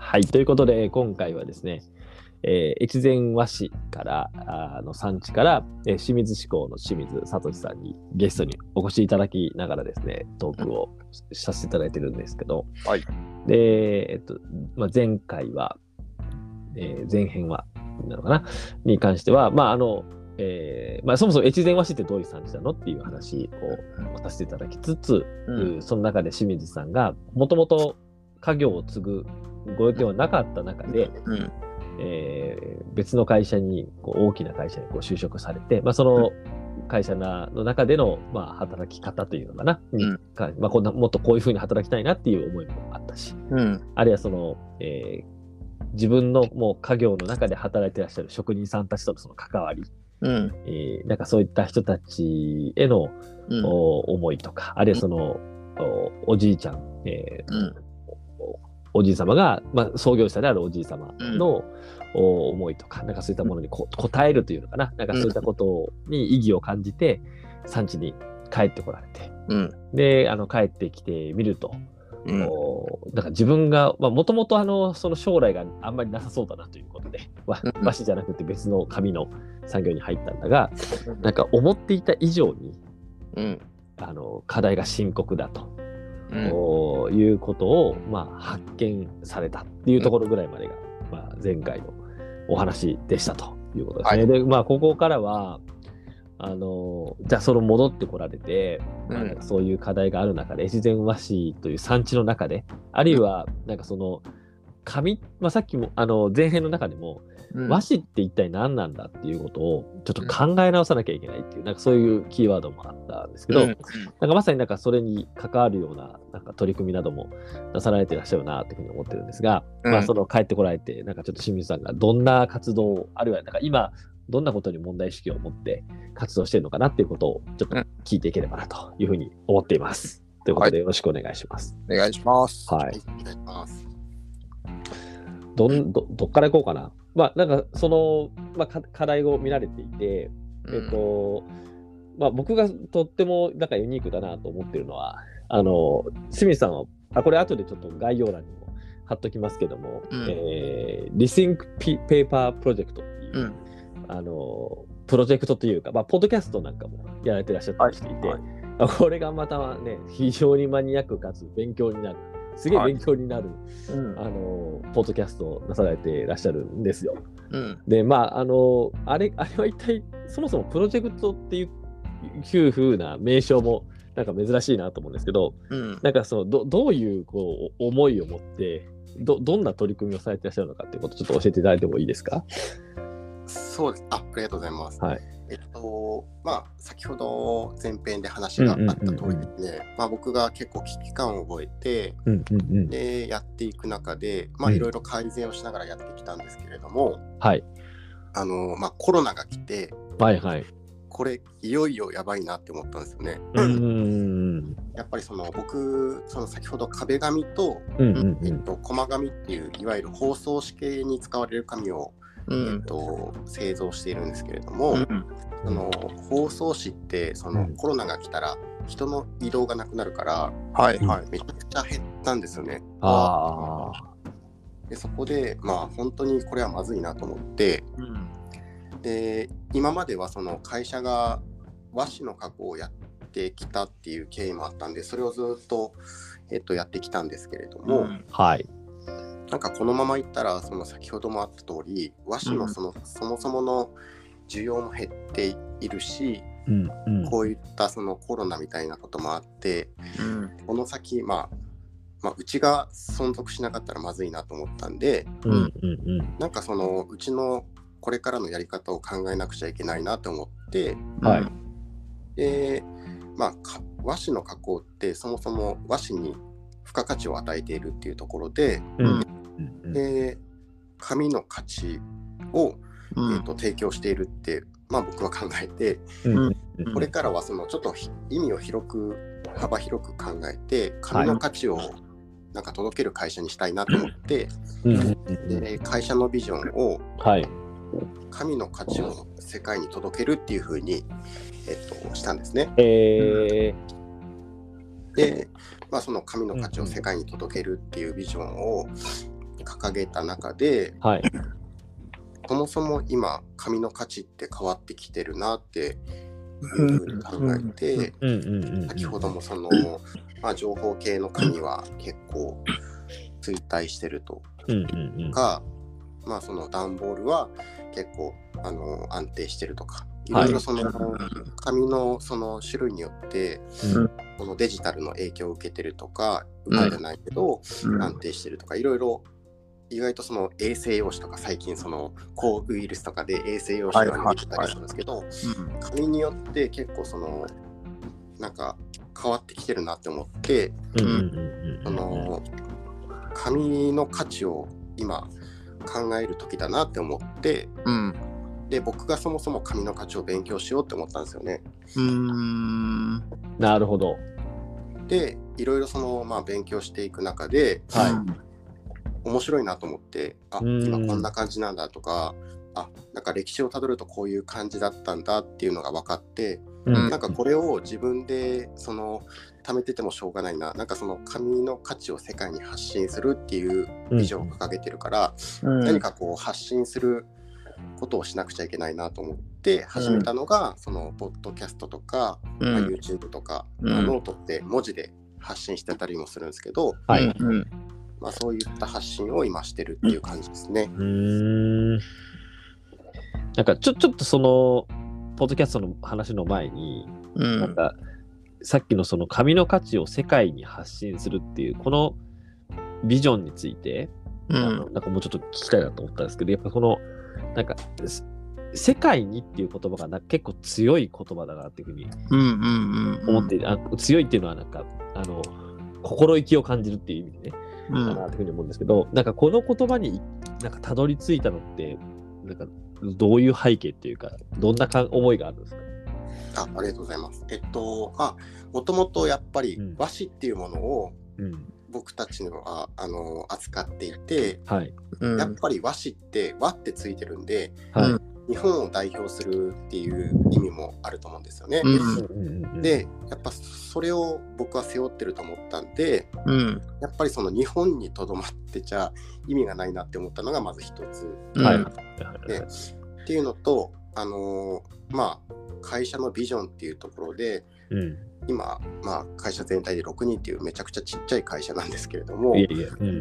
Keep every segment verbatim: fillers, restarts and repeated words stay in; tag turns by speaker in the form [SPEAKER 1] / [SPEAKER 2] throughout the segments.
[SPEAKER 1] はい、ということで今回はですね、えー、越前和紙からあの産地から、えー、清水志向の清水聡さんにゲストにお越しいただきながらですね、トークをさせていただいてるんですけど、
[SPEAKER 2] はい、
[SPEAKER 1] で、えっとまあ、前回は、えー、前編はなのかなに関しては、まああのえーまあ、そもそも越前和紙ってどういう産地なのっていう話をさせていただきつつ、うん、その中で清水さんがもともと家業を継ぐご予定はなかった中で、うんえー、別の会社にこう大きな会社にこう就職されて、まあ、その会社の中での、まあ、働き方というのかな、うんまあ、こんなもっとこういうふうに働きたいなっていう思いもあったし、うん、あるいはその、えー、自分のもう家業の中で働いていらっしゃる職人さんたちとのその関わり、うんえー、なんかそういった人たちへの、うん、思いとか、あるいはその、お, おじいちゃん、えーうんおじい様が、まあ、創業者であるおじい様の、うん、思いとか、なんかそういったものにこ応えるというのかな、なんかそういったことに意義を感じて、産地に帰ってこられて、うん、で、あの帰ってきてみると、うん、なんか自分が、もともとその将来があんまりなさそうだなということで、和紙じゃなくて別の紙の産業に入ったんだが、なんか思っていた以上に、うん、あの課題が深刻だと。うん、いうことを、まあ、発見されたっていうところぐらいまでが、うんまあ、前回のお話でしたということですね。はい、で、まあ、ここからはあのじゃあその戻ってこられて、うんまあ、なんかそういう課題がある中で越前和紙という産地の中であるいはなんかその紙、まあ、さっきもあの前編の中でも、うん、和紙って一体何なんだっていうことをちょっと考え直さなきゃいけないっていう、なんかそういうキーワードもあったんですけど、うん、なんかまさになんかそれに関わるような、なんか取り組みなどもなさられていらっしゃるなというふうに思ってるんですが、うん、まあその帰ってこられて、なんかちょっと清水さんがどんな活動、あるいはなんか今どんなことに問題意識を持って活動しているのかなっていうことをちょっと聞いていければなというふうに思っています。ということでよろしくお願いします。
[SPEAKER 2] はい、お願いします。
[SPEAKER 1] はい。
[SPEAKER 2] お願いします。
[SPEAKER 1] どん ど, どっからいこうかな。まあなんかその、まあ、課題を見られていて、うん、えっとまあ僕がとってもなんかユニークだなと思ってるのは、あの清水さんはあこれ後でちょっと概要欄にも貼っときますけども、うんえー、リシンクペーパープロジェクトっていう、うん、あのプロジェクトというか、まあ、ポッドキャストなんかもやられてらっしゃったりしていて、はいはい、これがまたね非常にマニアックかつ勉強になる。すげえ勉強になる、はいうん、あのポッドキャストをなさられていらっしゃるんですよ。うん、でまああのあれあれは一体そもそもプロジェクトっていういう風な名称もなんか珍しいなと思うんですけど、うん、なんかその ど, どういうこう思いを持ってどどんな取り組みをされていらっしゃるのかっていうことをちょっと教えていただいてもいいですか？
[SPEAKER 2] そうです。あ、ありがとうございます。はい。えっとまあ先ほど前編で話があった通りですね、うんうんうんまあ、僕が結構危機感を覚えて、うんうんうん、でやっていく中でまあいろいろ改善をしながらやってきたんですけれども、うん、はいあのまあコロナが来て、はいはい、これいよいよやばいなって思ったんですよね。うんうんやっぱりその僕その先ほど壁紙と、うんうんうんえっと、コマ紙っていういわゆる包装紙系に使われる紙をうんえっと、製造しているんですけれども、うん、その包装紙ってその、うん、コロナが来たら人の移動がなくなるから、はいはい、めちゃくちゃ減ったんですよね。あでそこで、まあ、本当にこれはまずいなと思って、うん、で今まではその会社が和紙の加工をやってきたっていう経緯もあったんでそれをずっと、えっと、やってきたんですけれども、うん、はいなんかこのままいったらその先ほどもあった通り和紙のその、うん、そもそもの需要も減っているし、うんうん、こういったそのコロナみたいなこともあって、うん、この先、まあ、まあうちが存続しなかったらまずいなと思ったんで、うんうんうん、なんかそのうちのこれからのやり方を考えなくちゃいけないなと思って、はい、で、まあ、和紙の加工ってそもそも和紙に付加価値を与えているっていうところで、うんで紙の価値を、うんえー、と提供しているって、まあ、僕は考えて、うん、これからはそのちょっと意味を広く幅広く考えて紙の価値をなんか届ける会社にしたいなと思って、うん、で会社のビジョンを、はい、紙の価値を世界に届けるっていう風に、えー、としたんですね。えー、で、まあ、その紙の価値を世界に届けるっていうビジョンを掲げた中で、
[SPEAKER 1] はい、
[SPEAKER 2] そもそも今紙の価値って変わってきてるなっていうふうに考えて、先ほどもその、まあ、情報系の紙は結構衰退してるとか、まあその段ボールは結構あの安定してるとか、いろいろその紙のその種類によって、うん、このデジタルの影響を受けてるとか、受けてないけど安定してるとか、いろいろ意外とその衛生用紙とか最近その抗ウイルスとかで衛生用紙が出てたりするんですけど、紙によって結構そのなんか変わってきてるなって思って、うん、その紙の価値を今考える時だなって思って、うん、で僕がそもそも紙の価値を勉強しようって思ったんですよね。
[SPEAKER 1] うーん、なるほど。
[SPEAKER 2] でいろいろその、まあ、勉強していく中で、はい、面白いなと思って、あ、今こんな感じなんだとか、あ、なんか歴史をたどるとこういう感じだったんだっていうのが分かって、うん、なんかこれを自分でその貯めててもしょうがないな、なんかその紙の価値を世界に発信するっていうビジョンを掲げてるから、うん、何かこう発信することをしなくちゃいけないなと思って始めたのが、うん、そのポッドキャストとか、うんまあ、YouTube とか、うんまあ、ノートって文字で発信してたりもするんですけど、はいうんまあ、そういった発信を今してるっていう感じですね。うーん
[SPEAKER 1] なんかちょ、ちょっとそのポッドキャストの話の前に、うん、なんかさっきのその紙の価値を世界に発信するっていうこのビジョンについて、うん、あのなんかもうちょっと聞きたいなと思ったんですけど、やっぱこのなんか世界にっていう言葉がな結構強い言葉だなっていうふうに思っていて、うんうんうんうん、強いっていうのはなんかあの心意気を感じるっていう意味でね、うん、かなというふうに思うんですけど、なんかこの言葉になんかたどり着いたのってなんかどういう背景っていうかどんなか思いがあるんですか？
[SPEAKER 2] あ、ありがとうございます。えっとまあもともとやっぱり和紙っていうものを、うん僕たちはあの扱っていて、はいうん、やっぱり和紙って和ってついてるんで、はい、日本を代表するっていう意味もあると思うんですよね、うん、でやっぱそれを僕は背負ってると思ったんで、うん、やっぱりその日本にとどまってちゃ意味がないなって思ったのがまず一つ、はい、でっていうのとあのー、まあ会社のビジョンっていうところで、うん今、まあ、会社全体でろくにんっていうめちゃくちゃちっちゃい会社なんですけれども、いやいやうんうん、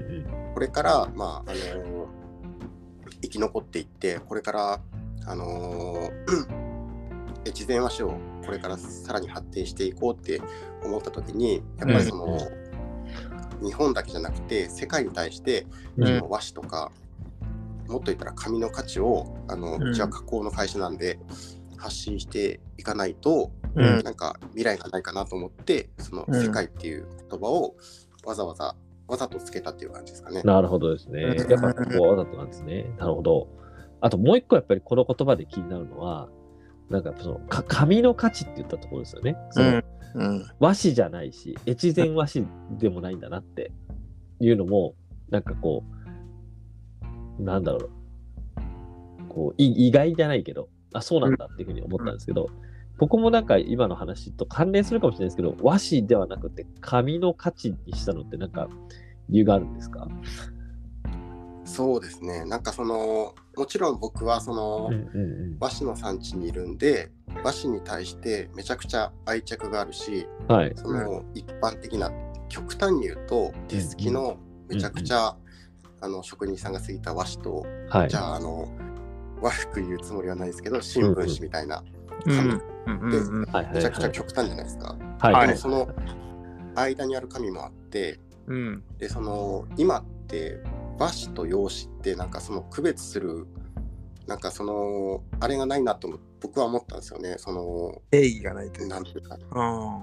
[SPEAKER 2] これから、まああのー、生き残っていってこれから、あのー、越前和紙をこれからさらに発展していこうって思った時にやっぱりその、うん、日本だけじゃなくて世界に対して、うん、その和紙とかもっと言ったら紙の価値をあの、うん、うちは加工の会社なんで発信していかないと、うん、なんか未来がないかなと思ってその世界っていう言葉をわざわざわざとつけたっていう感じですかね。
[SPEAKER 1] なるほどですね。やっぱここはわざとなんですね。なるほど。あともう一個やっぱりこの言葉で気になるのはなんかそのか紙の価値って言ったところですよね。その、うん、和紙じゃないし越前和紙でもないんだなっていうのもなんかこうなんだろうこう意外じゃないけどあそうなんだっていうふうに思ったんですけど、うん、ここもなんか今の話と関連するかもしれないですけど和紙ではなくて紙の価値にしたのってなんか理由があるんですか？
[SPEAKER 2] そうですねなんかそのもちろん僕はその、うんうんうん、和紙の産地にいるんで和紙に対してめちゃくちゃ愛着があるし、はい、その一般的な極端に言うと手すきのめちゃくちゃ、うんうん、あの職人さんが過ぎた和紙と、はい、じゃああの悪く言うつもりはないですけど新聞紙みたいな紙でめちゃくちゃ極端じゃないですか、はいはい、でもその間にある紙もあって、うん、でその今って和紙と洋紙ってなんかその区別するなんかそのあれがないなと僕は思ったんですよね。その
[SPEAKER 3] 定義がないと
[SPEAKER 2] いうかなんていうか、はい、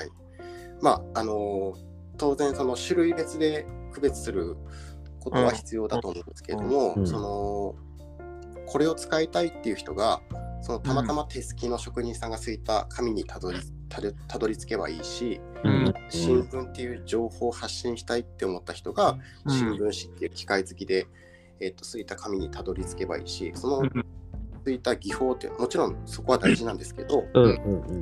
[SPEAKER 2] まああの当然その種類別で区別することは必要だと思うんですけれども、うん、そのこれを使いたいっていう人がそのたまたま手すきの職人さんがすいた紙にたどり、たど、たどり着けばいいし、うん、新聞っていう情報を発信したいって思った人が、うん、新聞紙っていう機械付きで、えー、とすいた紙にたどり着けばいいしそのすいた技法ってもちろんそこは大事なんですけど、うん、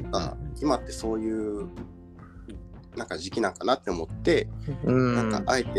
[SPEAKER 2] あ今ってそういうなんか時期なんかなって思って、うん、なんかあえて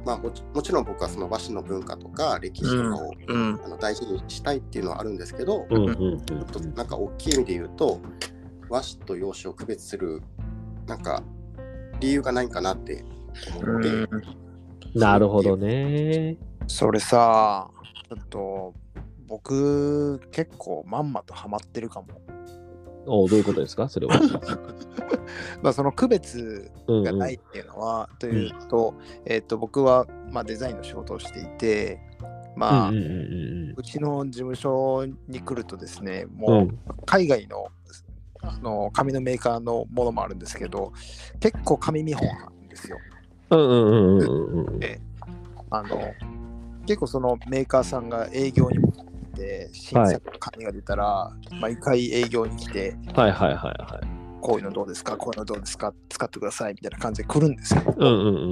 [SPEAKER 2] まあ、も, ちもちろん僕はその和紙の文化とか歴史とかを、うん、あの大事にしたいっていうのはあるんですけど、うんうんうん、なんか大きい意味で言うと和紙と洋紙を区別するなんか理由がないかなって思って、うん、
[SPEAKER 1] なるほどね。
[SPEAKER 3] それさちょっと僕結構まんまとハマってるかも。
[SPEAKER 1] おどういうことですかそれは。
[SPEAKER 3] まあその区別がないっていうのは、うんうん、というと、えー、と僕はまあデザインの仕事をしていて、まあ、うんうんうんうん、うちの事務所に来るとですね、もう海外の、あの紙のメーカーのものもあるんですけど、結構紙見本なんですよ。うんうんうんうんうん、であの結構そのメーカーさんが営業にもで新作の紙が出たら、はい、毎回営業に来て、はいはいはいはい、こういうのどうですかこういうのどうですか使ってくださいみたいな感じで来るんですよ。うんうんうんうん、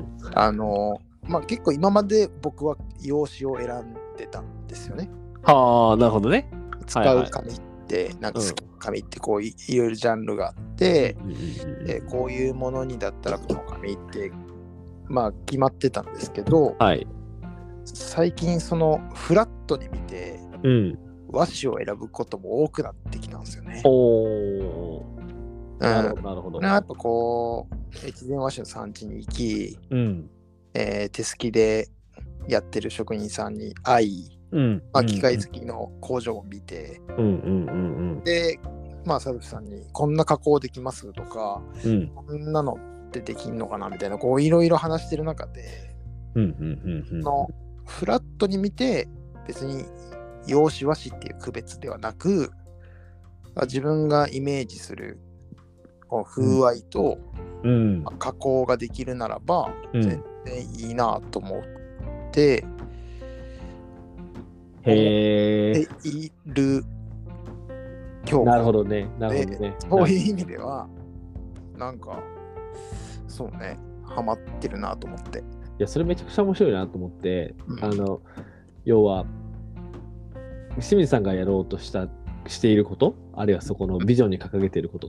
[SPEAKER 3] あのまあ結構今まで僕は用紙を選んでたんですよね。
[SPEAKER 1] はあなるほどね。
[SPEAKER 3] 使う紙って、はいはい、なんか好きな紙ってこう い, いろいろジャンルがあって、うん、でこういうものにだったらこの紙ってまあ決まってたんですけど、はい、最近そのフラットに見て、うん、和紙を選ぶことも多くなってきたんですよね。おー、うん、なるほどなるほど。やっぱこう越前和紙の産地に行き、うんえー、手すきでやってる職人さんに会い、うんまあ、機械好きの工場を見て、うんうんうんうん、でまあサルフさんにこんな加工できますとか、うん、こんなのってできんのかなみたいなこういろいろ話してる中で、うんうんうんうん、のフラットに見て別に洋紙和紙っていう区別ではなく自分がイメージする風合いと、うんまあ、加工ができるならば全然いいなと思って、
[SPEAKER 1] うん、へえ
[SPEAKER 3] いる今日
[SPEAKER 1] なるほどねなるほどね
[SPEAKER 3] そういう意味ではなんかそうねハマってるなと思って。
[SPEAKER 1] いやそれめちゃくちゃ面白いなと思って、うん、あの要は清水さんがやろうとしたしていることあるいはそこのビジョンに掲げていることって、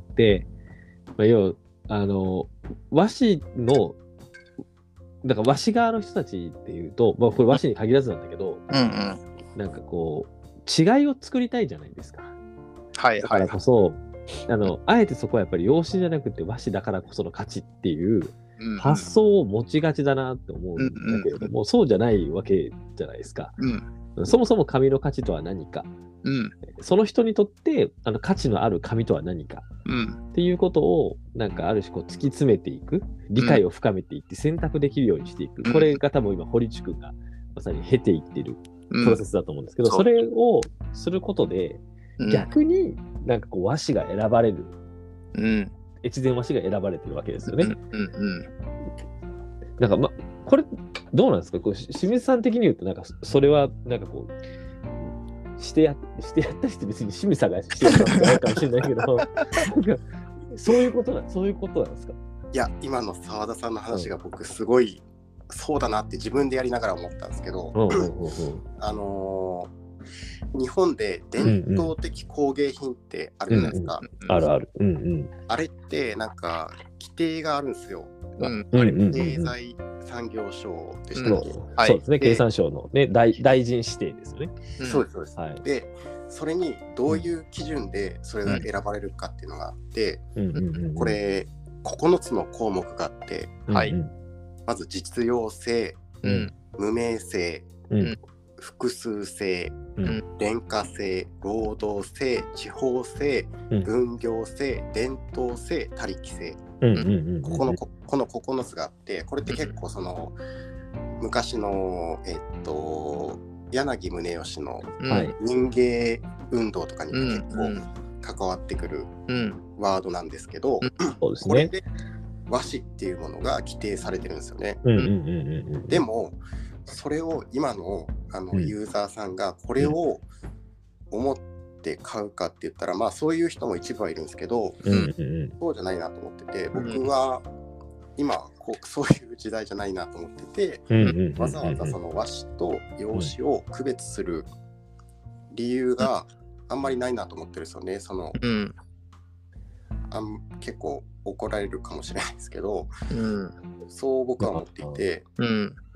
[SPEAKER 1] まあ、要はあの和紙のだから和紙側の人たちっていうと、まあ、これ和紙に限らずなんだけど、うんうん、なんかこう違いを作りたいじゃないですか。はいはい、だからこそあのあえてそこはやっぱり洋紙じゃなくて和紙だからこその価値っていう発想を持ちがちだなって思うんだけれども、うんうん、そうじゃないわけじゃないですか、うん、そもそも紙の価値とは何か、うん、その人にとってあの価値のある紙とは何か、うん、っていうことをなんかある種こう突き詰めていく理解を深めていって選択できるようにしていく、うん、これが多分今堀地君がまさに経ていっているプロセスだと思うんですけど、うん、それをすることで逆になんかこう和紙が選ばれる、うん越前和紙が選ばれてるわけですよね。うんうんうん、なんかまこれどうなんですかこう清水さん的に言うとなんかそれはなんかこうしてやしてやったりして別に清水さんがしてやったわけじゃないかもしれないけどそういうことなそういうことなんですか。
[SPEAKER 2] いや今の澤田さんの話が僕すごい、うん、そうだなって自分でやりながら思ったんですけど、うんうんうんうん、あのー日本で伝統的工芸品ってあるじゃないですか、
[SPEAKER 1] うんうん、あるある、うんうん、
[SPEAKER 2] あれってなんか規定があるんですよ、うん、あれ経済産業省でしたっけ、
[SPEAKER 1] うんはい、そうですね経産省の、ね、大, 大臣指定ですよね、
[SPEAKER 2] うん、そうですそうです、はい、でそれにどういう基準でそれが選ばれるかっていうのがあって、うんうんうん、これここのつの項目があって、はい、まず実用性、うん、無名性、うん複数性、うん、廉価性、労働性、地方性、うん、分業性、伝統性、他力性、ここのここのここのつがあってこれって結構その昔のえっと柳宗悦の民芸運動とかにも結構関わってくるワードなんですけど、これで和紙っていうものが規定されてるんですよね。でもそれを今のあのユーザーさんがこれを思って買うかって言ったら、まあそういう人も一部はいるんですけど、うんうん、そうじゃないなと思ってて、僕は今こうそういう時代じゃないなと思ってて、うんうんうん、わざわざその和紙と洋紙を区別する理由があんまりないなと思ってるんですよね。その、うん、あん結構怒られるかもしれないですけど、うん、そう僕は思っていて、うん、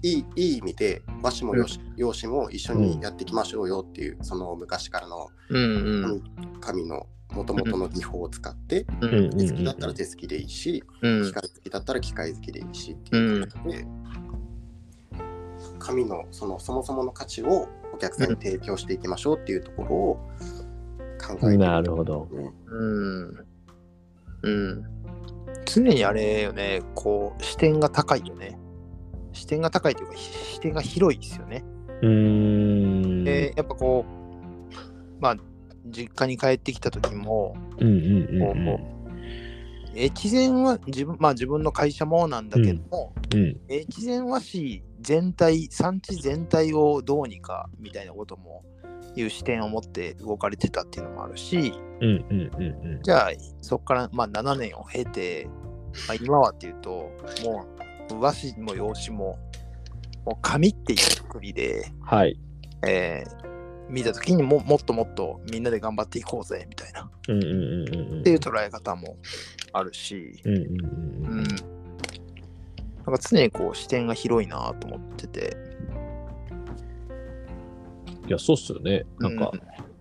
[SPEAKER 2] いいいい意味で和紙も洋紙も一緒にやっていきましょうよっていう、うん、その昔からの紙のもともとの技法を使って、うん、手すきだったら手すきでいいし、うん、機械好きだったら機械好きでいいしっていう感じで、うん、紙のそのそもそもの価値をお客さんに提供していきましょうっていうところを考えて、ね、
[SPEAKER 1] なるほど。
[SPEAKER 3] うんうん、常にあれよね、こう視点が高いよね。視点が高いというか視点が広いですよね。
[SPEAKER 1] うーん。
[SPEAKER 3] でやっぱこうまあ実家に帰ってきた時も、
[SPEAKER 1] うんうんうんうん、
[SPEAKER 3] 越前は自分まあ自分の会社もなんだけども、うんうん、越前和紙全体産地全体をどうにかみたいなこともいう視点を持って動かれてたっていうのもあるし、
[SPEAKER 1] うんうんうんうん、
[SPEAKER 3] じゃあそこからまあななねんを経て、まあ、今はっていうともう和紙も洋紙ももう紙っていうくくりで、
[SPEAKER 1] はい
[SPEAKER 3] えー、見た時にももっともっとみんなで頑張っていこうぜみたいな、
[SPEAKER 1] うんうんうんうん、
[SPEAKER 3] っていう捉え方もあるし、
[SPEAKER 1] うんうんうんうん、
[SPEAKER 3] なんか常にこう視点が広いなと思ってて。
[SPEAKER 1] いやそうっすよね。なんか、うん、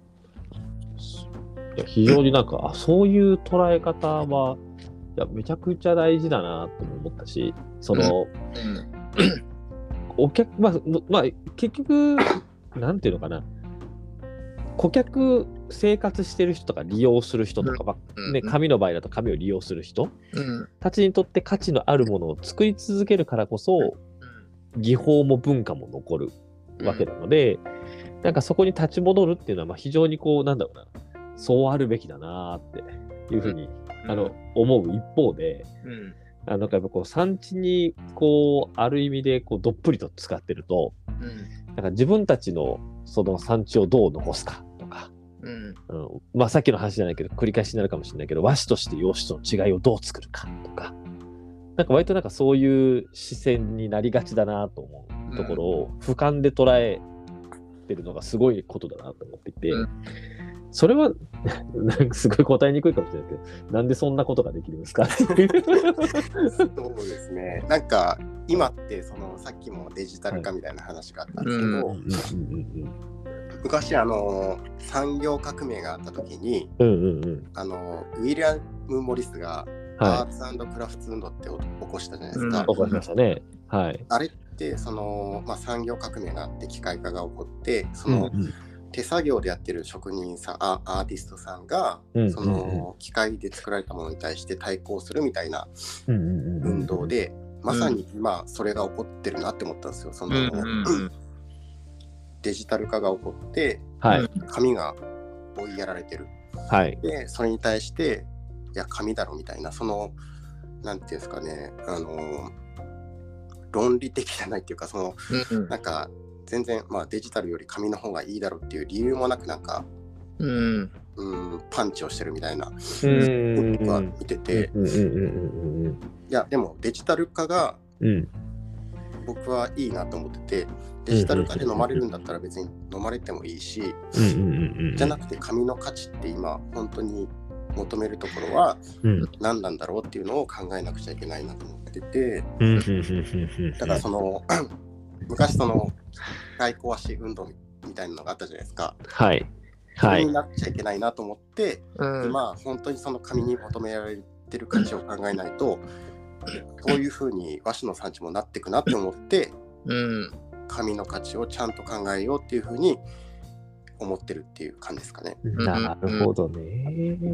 [SPEAKER 1] いや非常になんかあそういう捉え方はいやめちゃくちゃ大事だなとも思ったし、その、うんうん、お客まあまあ結局なんていうのかな、顧客生活してる人とか利用する人とか、まあね、紙の場合だと紙を利用する人、うん、たちにとって価値のあるものを作り続けるからこそ、うん、技法も文化も残るわけなので、うん、なんかそこに立ち戻るっていうのはまあ非常にこうなんだろうな、そうあるべきだなっていうふうに、うん、あの思う一方で、うん、あのなんかやっぱこう産地にこうある意味でこうどっぷりと使ってると、うん、なんか自分たちのその産地をどう残すかとか、うんうん、まあさっきの話じゃないけど繰り返しになるかもしれないけど、和紙として洋紙との違いをどう作るかとか、なんか割となんかそういう視線になりがちだなと思うところを俯瞰で捉えてるのがすごいことだなと思っていて、うん、それはなんかすごい答えにくいかもしれないけど、なんでそんなことができるんですかそう
[SPEAKER 2] ですね。なんか今ってそのさっきもデジタル化みたいな話があったんですけど、昔あの産業革命があった時に、うんうんうん、あのウィリアム・モリスがアーツ&クラフト運動って起こしたじゃないですか。
[SPEAKER 1] 起こしましたね。はい。
[SPEAKER 2] あれってその、まあ、産業革命があって機械化が起こってその、うんうん、手作業でやってる職人さん、アーティストさんが、うんうんうん、その機械で作られたものに対して対抗するみたいな運動で、うんうんうん、まさに今それが起こってるなって思ったんですよ。その、うんうんうん、デジタル化が起こって、はい、紙が追いやられてる、はい、でそれに対していや紙だろみたいな、そのなんていうんですかね、あの論理的じゃないっていうか、その、うんうん、なんか全然、まあ、デジタルより紙の方がいいだろうっていう理由もなくなんか、うん、うんパンチをしてるみたいな僕は見てて、いやでもデジタル化が僕はいいなと思ってて、デジタル化で飲まれるんだったら別に飲まれてもいいし、じゃなくて紙の価値って今本当に求めるところは何なんだろうっていうのを考えなくちゃいけないなと思ってて、だからその昔その使い壊し運動みたいなのがあったじゃないですか。
[SPEAKER 1] はい。
[SPEAKER 2] はい。それになっちゃいけないなと思って、うん、今本当にその紙に求められてる価値を考えないと、そういう風に和紙の産地もなっていくなって思って、うん、紙の価値をちゃんと考えようっていう風に思ってるっていう感じですかね。
[SPEAKER 1] なるほどね。
[SPEAKER 3] うん、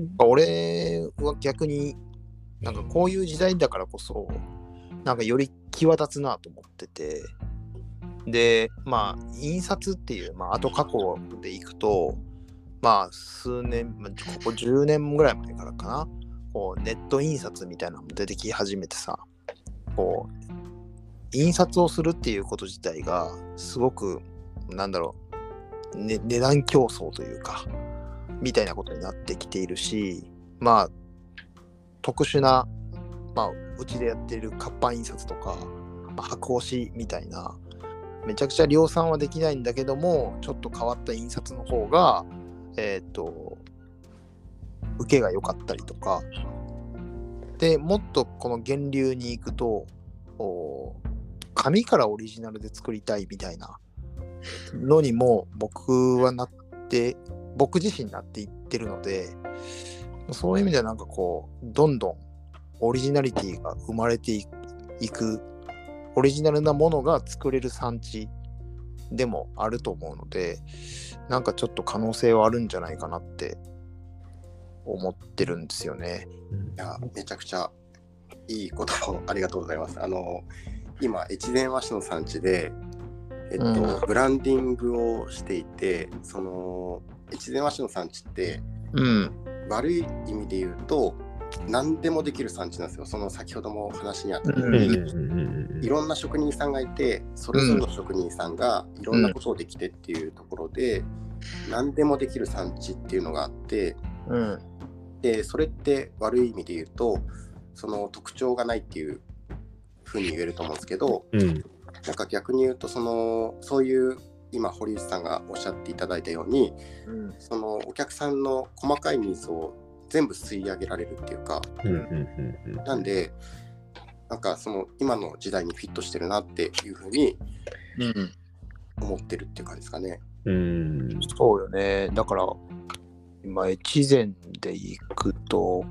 [SPEAKER 3] 俺は逆になんかこういう時代だからこそなんかより際立つなと思ってて、でまあ印刷っていう、まあ、後過去でいくとまあ数年、ここじゅうねんぐらい前からかな、こうネット印刷みたいなのも出てき始めてさ、こう印刷をするっていうこと自体がすごくなんだろう、ね、値段競争というかみたいなことになってきているし、まあ特殊な、まあ、うちでやってる活版印刷とか、まあ、白押しみたいなめちゃくちゃ量産はできないんだけどもちょっと変わった印刷の方がえっと受けが良かったりとかで、もっとこの源流に行くと紙からオリジナルで作りたいみたいなのにも僕はなって僕自身なっていってるので、そういう意味ではなんかこうどんどんオリジナリティが生まれていく、オリジナルなものが作れる産地でもあると思うので、なんかちょっと可能性はあるんじゃないかなって思ってるんですよね。
[SPEAKER 2] いや、めちゃくちゃいい言葉をありがとうございます。あの今越前和紙の産地で、えっとうん、ブランディングをしていて、その越前和紙の産地って、うん、悪い意味で言うと何でもできる産地なんですよ。その先ほども話にあったように、うん、いろんな職人さんがいて、それぞれの職人さんがいろんなことをできてっていうところで、うん、何でもできる産地っていうのがあって、うん、でそれって悪い意味で言うとその特徴がないっていうふうに言えると思うんですけど、うん、なんか逆に言うとそのそういう今堀内さんがおっしゃっていただいたように、うん、そのお客さんの細かいニーズを全部吸い上げられるっていうか、うんうんうんうん、なんでなんかその今の時代にフィットしてるなっていうふうに思ってるっていう感じですかね。
[SPEAKER 3] うん、そうよね。だから今越前で行くと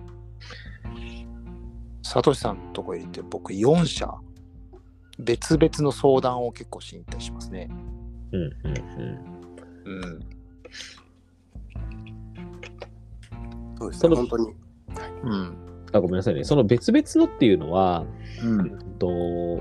[SPEAKER 3] サトシさんのとこ入れて僕よん社別々の相談を結構しに行ったりしますね。うんうんうん。うん。
[SPEAKER 2] そうですね、本当に。
[SPEAKER 1] うん。あ、ごめんなさいね。その別々のっていうのは、うん、と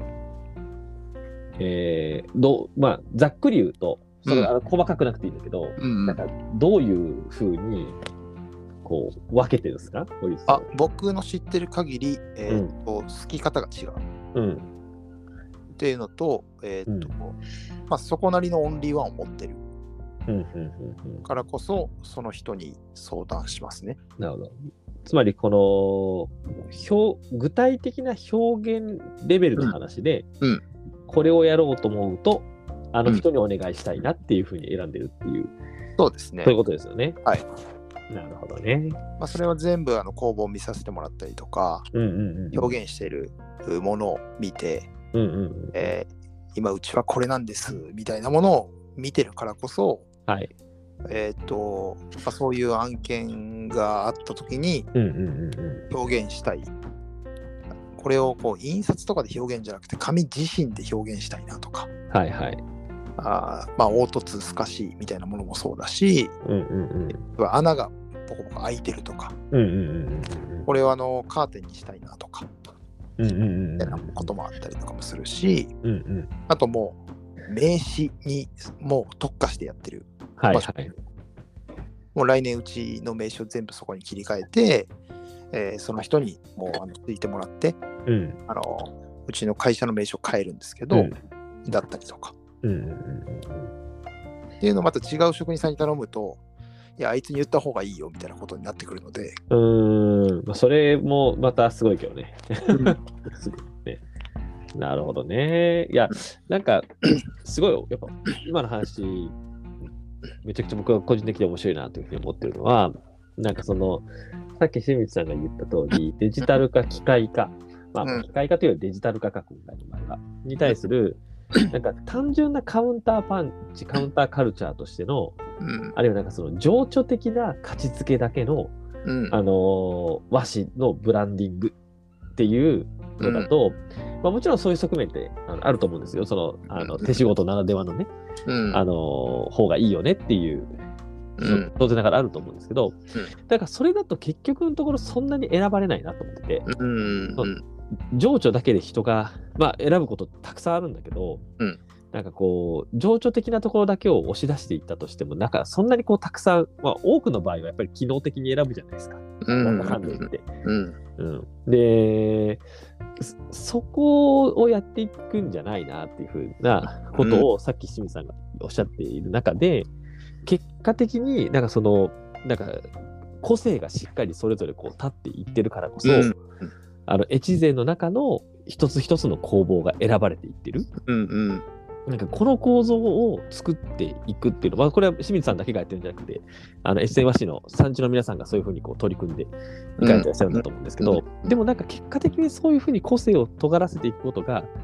[SPEAKER 1] えー、どまあざっくり言うと、それ、うん、細かくなくていいんだけど、うん、なんかどういうふうにこう分けてるんですか？
[SPEAKER 3] あ、僕の知ってる限り、えーとうん、好き方が違う、うん、っていうのと、えーとうんまあ、そこなりのオンリーワンを持ってる、うんうんうんうん、からこそその人に相談しますね。
[SPEAKER 1] なるほど。つまりこの表具体的な表現レベルの話で、うんうん、これをやろうと思うとあの人にお願いしたいなっていうふうに選んでるっていう、うん、
[SPEAKER 3] そうですね。
[SPEAKER 1] そういうことですよね。
[SPEAKER 3] はい。
[SPEAKER 1] なるほどね。
[SPEAKER 3] まあ、それは全部あの工房を見させてもらったりとか、うんうんうん、表現しているものを見て、うんうんうんえー、今うちはこれなんですみたいなものを見てるからこそ、はいえーとまあ、そういう案件があった時に表現したい、うんうんうんうん、これをこう印刷とかで表現じゃなくて紙自身で表現したいなとか、はいはいあまあ凹凸透かしみたいなものもそうだし、うんうんうん、穴がポコポコ開いてるとか、うんうんうんうん、これをあのカーテンにしたいなとか、うんうんうん、みたいなこともあったりとかもするし、うんうん、あともう名刺にもう特化してやってる場所、はいはい、もう来年うちの名刺を全部そこに切り替えて、えー、その人にもうあのついてもらって、うん、あのうちの会社の名刺を変えるんですけど、うん、だったりとか、うんうんうん、っていうのをまた違う職人さんに頼むと、いやあいつに言った方がいいよみたいなことになってくるので、
[SPEAKER 1] うーん、まあ、それもまたすごいけどね。すごいね。なるほどね。いや、なんかすごいやっぱ今の話めちゃくちゃ僕は個人的に面白いなというふうに思ってるのは、なんかそのさっき清水さんが言った通りデジタル化機械化、まあ、機械化というよりデジタル化か今回の場合はに対するなんか単純なカウンターパンチ、カウンターカルチャーとしての、うん、あるいはなんかその情緒的な価値付けだけの、うん、あのー、和紙のブランディングっていうのだと、うんまあ、もちろんそういう側面ってあのあると思うんですよ。その、あの手仕事ならではのね、うん、あのー、方がいいよねっていう、うん、当然ながらあると思うんですけど、うん、だからそれだと結局のところそんなに選ばれないなと思ってて、うんうん情緒だけで人が、まあ、選ぶことたくさんあるんだけど、うん、なんかこう情緒的なところだけを押し出していったとしてもなんかそんなにこうたくさん、まあ、多くの場合はやっぱり機能的に選ぶじゃないですか、うん、なんだかんだ言って、うんうん、でそこをやっていくんじゃないなっていうふうなことを、うん、さっき清水さんがおっしゃっている中で結果的になんかそのなんか個性がしっかりそれぞれこう立っていってるからこそ、うんあの越前の中の一つ一つの工房が選ばれていってる、うんうん、なんかこの構造を作っていくっていうのは、まあ、これは清水さんだけがやってるんじゃなくてあの越前和紙の産地の皆さんがそういうふうにこう取り組んでいかれてらっしゃるんだと思うんですけど、うんうん、でもなんか結果的にそういうふうに個性を尖らせていくことが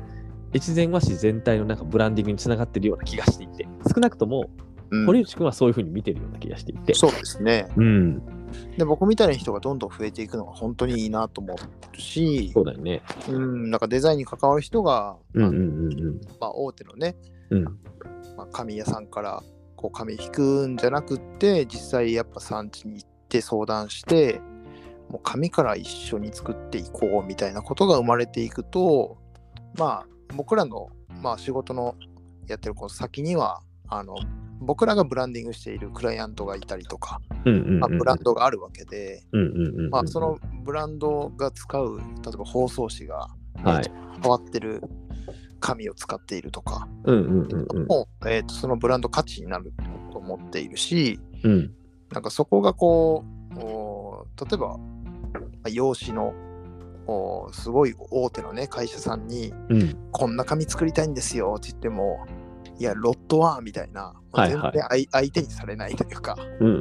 [SPEAKER 1] 越前和紙全体のなんかブランディングにつながってるような気がしていて、少なくとも堀内くんはそういうふうに見てるような気がしていて、
[SPEAKER 3] うん、そうですね、
[SPEAKER 1] うん、
[SPEAKER 3] で僕みたいな人がどんどん増えていくのが本当にいいなと思うし、
[SPEAKER 1] そうだよね、
[SPEAKER 3] うん、なんかデザインに関わる人が、
[SPEAKER 1] うんうんうんうん
[SPEAKER 3] まあ、大手のね、
[SPEAKER 1] うん
[SPEAKER 3] まあ、紙屋さんからこう紙引くんじゃなくって実際やっぱ産地に行って相談してもう紙から一緒に作っていこうみたいなことが生まれていくと、まあ僕らの、まあ、仕事のやってるこの先にはあの僕らがブランディングしているクライアントがいたりとか、
[SPEAKER 1] うんうんうんうん
[SPEAKER 3] まあ、ブランドがあるわけで、
[SPEAKER 1] うんうんうんうん、
[SPEAKER 3] まあ、そのブランドが使う例えば包装紙が、
[SPEAKER 1] はい、
[SPEAKER 3] 変わってる紙を使っているとか、
[SPEAKER 1] うんうんうんうん、
[SPEAKER 3] もう、えーと、そのブランド価値になると思っているし、
[SPEAKER 1] うん、
[SPEAKER 3] なんかそこがこう例えば用紙のすごい大手のね会社さんに、うん、こんな紙作りたいんですよって言ってもいやロットはみたいな、はいはい、全然相手にされないというか、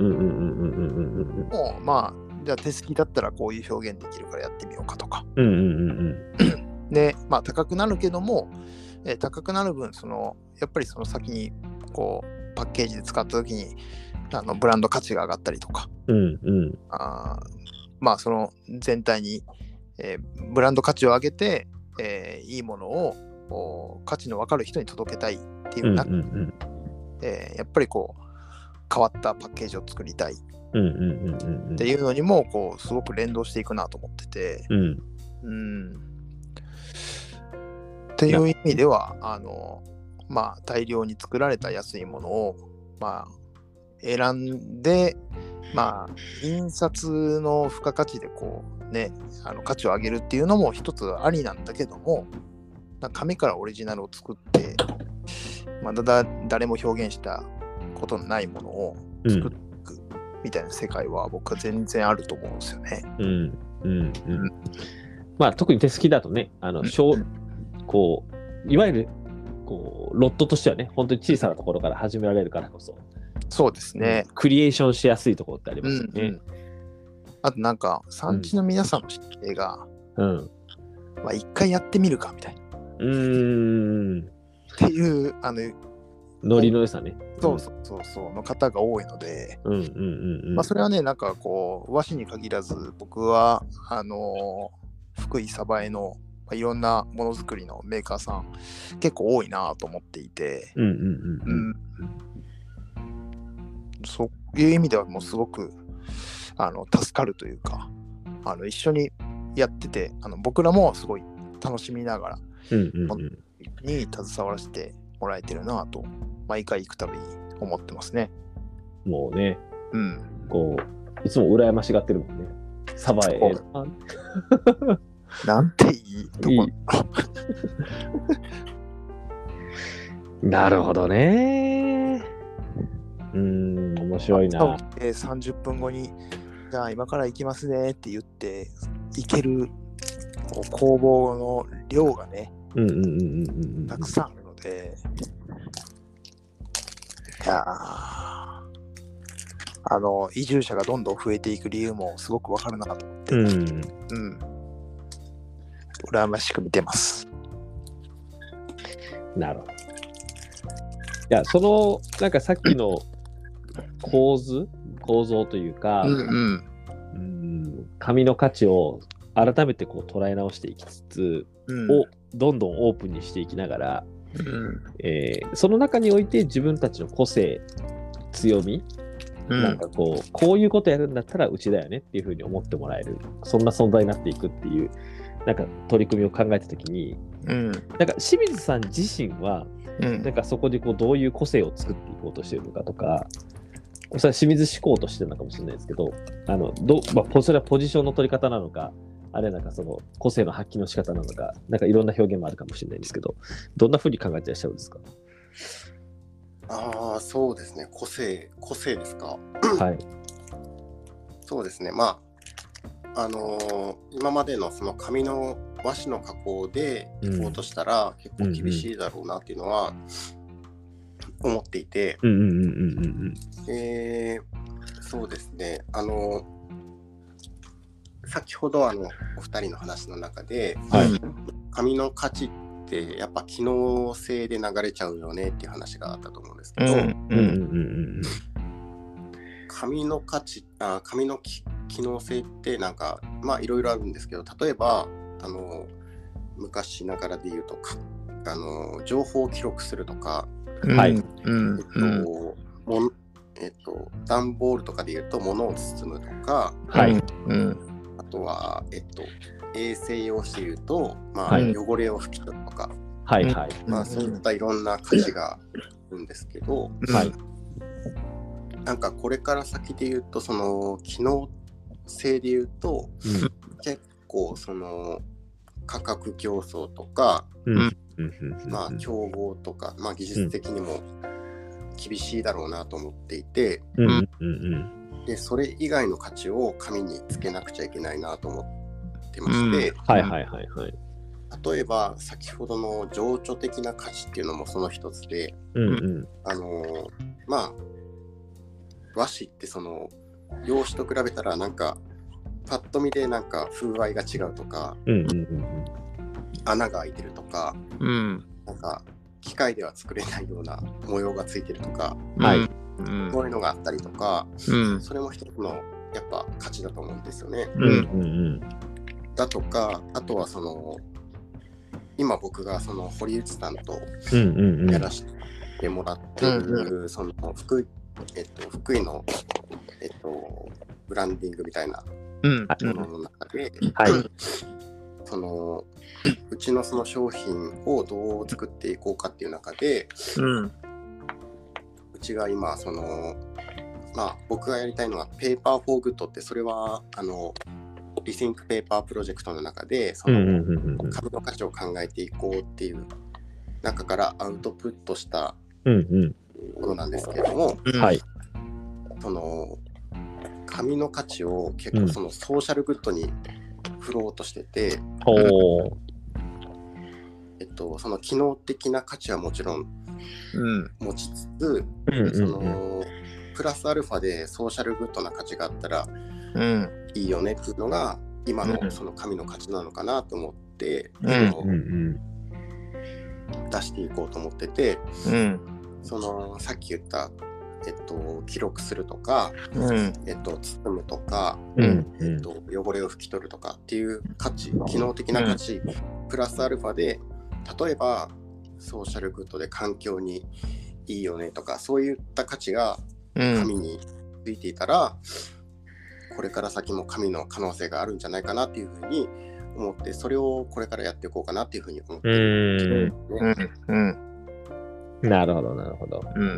[SPEAKER 3] もうまあじゃあ手すきだったらこういう表現できるからやってみようかとか、うんうんうんうん、でまあ高くなるけども、えー、高くなる分そのやっぱりその先にこうパッケージで使った時にあのブランド価値が上がったりとか、うんうん、あまあその全体に、えー、ブランド価値を上げて、えー、いいものを価値の分かる人に届けたいっていう中、うんうんうんえー、やっぱりこう変わったパッケージを作りたいっていうのにもこうすごく連動していくなと思ってて、うんうん、っていう意味ではあのまあ大量に作られた安いものをまあ選んでまあ印刷の付加価値でこうねあの価値を上げるっていうのも一つありなんだけども、紙からオリジナルを作って、まあ、だ誰も表現したことのないものを作っていくみたいな世界は僕は全然あると思うんですよね。うんうんうん。
[SPEAKER 1] うん、まあ特に手すきだとね、あの小、うん、こういわゆるこうロットとしてはね、本当に小さなところから始められるからこそ、
[SPEAKER 3] そうですね。
[SPEAKER 1] クリエーションしやすいところってありますよね。うんうん、
[SPEAKER 3] あとなんか産地の皆さんの姿勢が、うん、まあ一回やってみるかみたいな。うーんっていうあの
[SPEAKER 1] ノリの良さね。
[SPEAKER 3] そうそうそうそうの方が多いので、うんうんうんうん、まあそれはねなんかこう和紙に限らず僕はあの福井鯖江の、まあ、いろんなものづくりのメーカーさん結構多いなと思っていて、うんうんうんうんうん、そういう意味ではもうすごくあの助かるというか、あの一緒にやっててあの僕らもすごい楽しみながら、うんうんうん、に携わらせてもらえてるなと毎回行くたびに思ってますね。
[SPEAKER 1] もうね、うん、こういつも羨ましがってるもんね。鯖江
[SPEAKER 3] なんていいとこ。いい
[SPEAKER 1] なるほどね。うーん面白いな。
[SPEAKER 3] えー、さんじゅっぷんごにじゃあ今から行きますねって言って行ける工房の量がね、うんうんうんうんうん、たくさんあるので、いやあの移住者がどんどん増えていく理由もすごくわかるなと思って、うんうん、羨ましく見てます。
[SPEAKER 1] なるほど。いやそのなんかさっきの構図構造というか、うんうんうん、紙の価値を改めてこう捉え直していきつつ、うん、をどんどんオープンにしていきながら、うんえー、その中において自分たちの個性強み、うん、なんかこうこういうことやるんだったらうちだよねっていうふうに思ってもらえるそんな存在になっていくっていうなんか取り組みを考えたときに、うん、なんか清水さん自身は、うん、なんかそこでこうどういう個性を作っていこうとしているのかとか、それは清水思考としてるのかもしれないですけど、あのど、まあ、それはポジションの取り方なのか、あれなんかその個性の発揮の仕方なのか、なんかいろんな表現もあるかもしれないんですけど、どんなふうに考えてらっしゃるんですか？
[SPEAKER 2] ああ、そうですね。個性、個性ですか。
[SPEAKER 1] はい。
[SPEAKER 2] そうですね。まあ、あのー、今までのその紙の和紙の加工でいこうとしたら、結構厳しいだろうなっていうのは思っていて、えそうですね。あのー、先ほどあのお二人の話の中で、はい、紙の価値っってやっぱ機能性で流れちゃうよねっていう話があったと思うんですけど、紙の価値あ紙の機能性ってなんかまあいろいろあるんですけど、例えばあの昔ながらで言うとかあの情報を記録するとか、
[SPEAKER 1] はい、
[SPEAKER 2] えっともえっと段ボールとかで言うと物を包むとか、
[SPEAKER 1] はい、
[SPEAKER 2] あとはえっと衛生用紙で言うと、まあ、はい、汚れを拭き取るとか、
[SPEAKER 1] はいはい、
[SPEAKER 2] まあ、そういったいろんな価値があるんですけど、
[SPEAKER 1] はい、
[SPEAKER 2] なんかこれから先で言うとその機能性で言うと、うん、結構その価格競争とか、うんまあ、競合とか、まあ、技術的にも厳しいだろうなと思っていて、うんうんうん、でそれ以外の価値を紙につけなくちゃいけないなと思ってまして、うん、
[SPEAKER 1] はいはいはいはい。
[SPEAKER 2] 例えば先ほどの情緒的な価値っていうのもその一つで、うんうん、あのまあ和紙ってその用紙と比べたらなんかパッと見でなんか風合いが違うとか、うんうんうん、穴が開いてるとか、うん、なんか機械では作れないような模様がついてるとか、はい、そういうのがあったりとか、うん、それも一つのやっぱ価値だと思うんですよね。うんうんうん、だとかあとはその今僕がその堀内さんとやらせてもらっている、うんうん、その福井、えっと、福井の、えっと、ブランディングみたいなものの中で、うんはい、そのうちのその商品をどう作っていこうかっていう中で、うん、うちが今そのまあ僕がやりたいのはペーパーフォーグッドって、それはあのリシンクペーパープロジェクトの中でその紙の価値を考えていこうっていう中からアウトプットしたものなんですけれども、うんうんはい、その紙の価値を結構そのソーシャルグッドに振ろうとしてて、うんえっと、その機能的な価値はもちろん持ちつつ、うん、そのプラスアルファでソーシャルグッドな価値があったらうんいいよねっていうのが今のその紙の価値なのかなと思って、うん、その、うん、出していこうと思ってて、うん、そのさっき言った、えっと、記録するとか、うんえっと、包むとか、うんえっと、汚れを拭き取るとかっていう価値、機能的な価値、うん、プラスアルファで例えばソーシャルグッドで環境にいいよねとか、そういった価値が紙についていたら、うんこれから先も紙の可能性があるんじゃないかなっていうふうに思って、それをこれからやっていこうかなっていうふうに思ってる、ね
[SPEAKER 1] うんうん、なるほどなるほど、うん、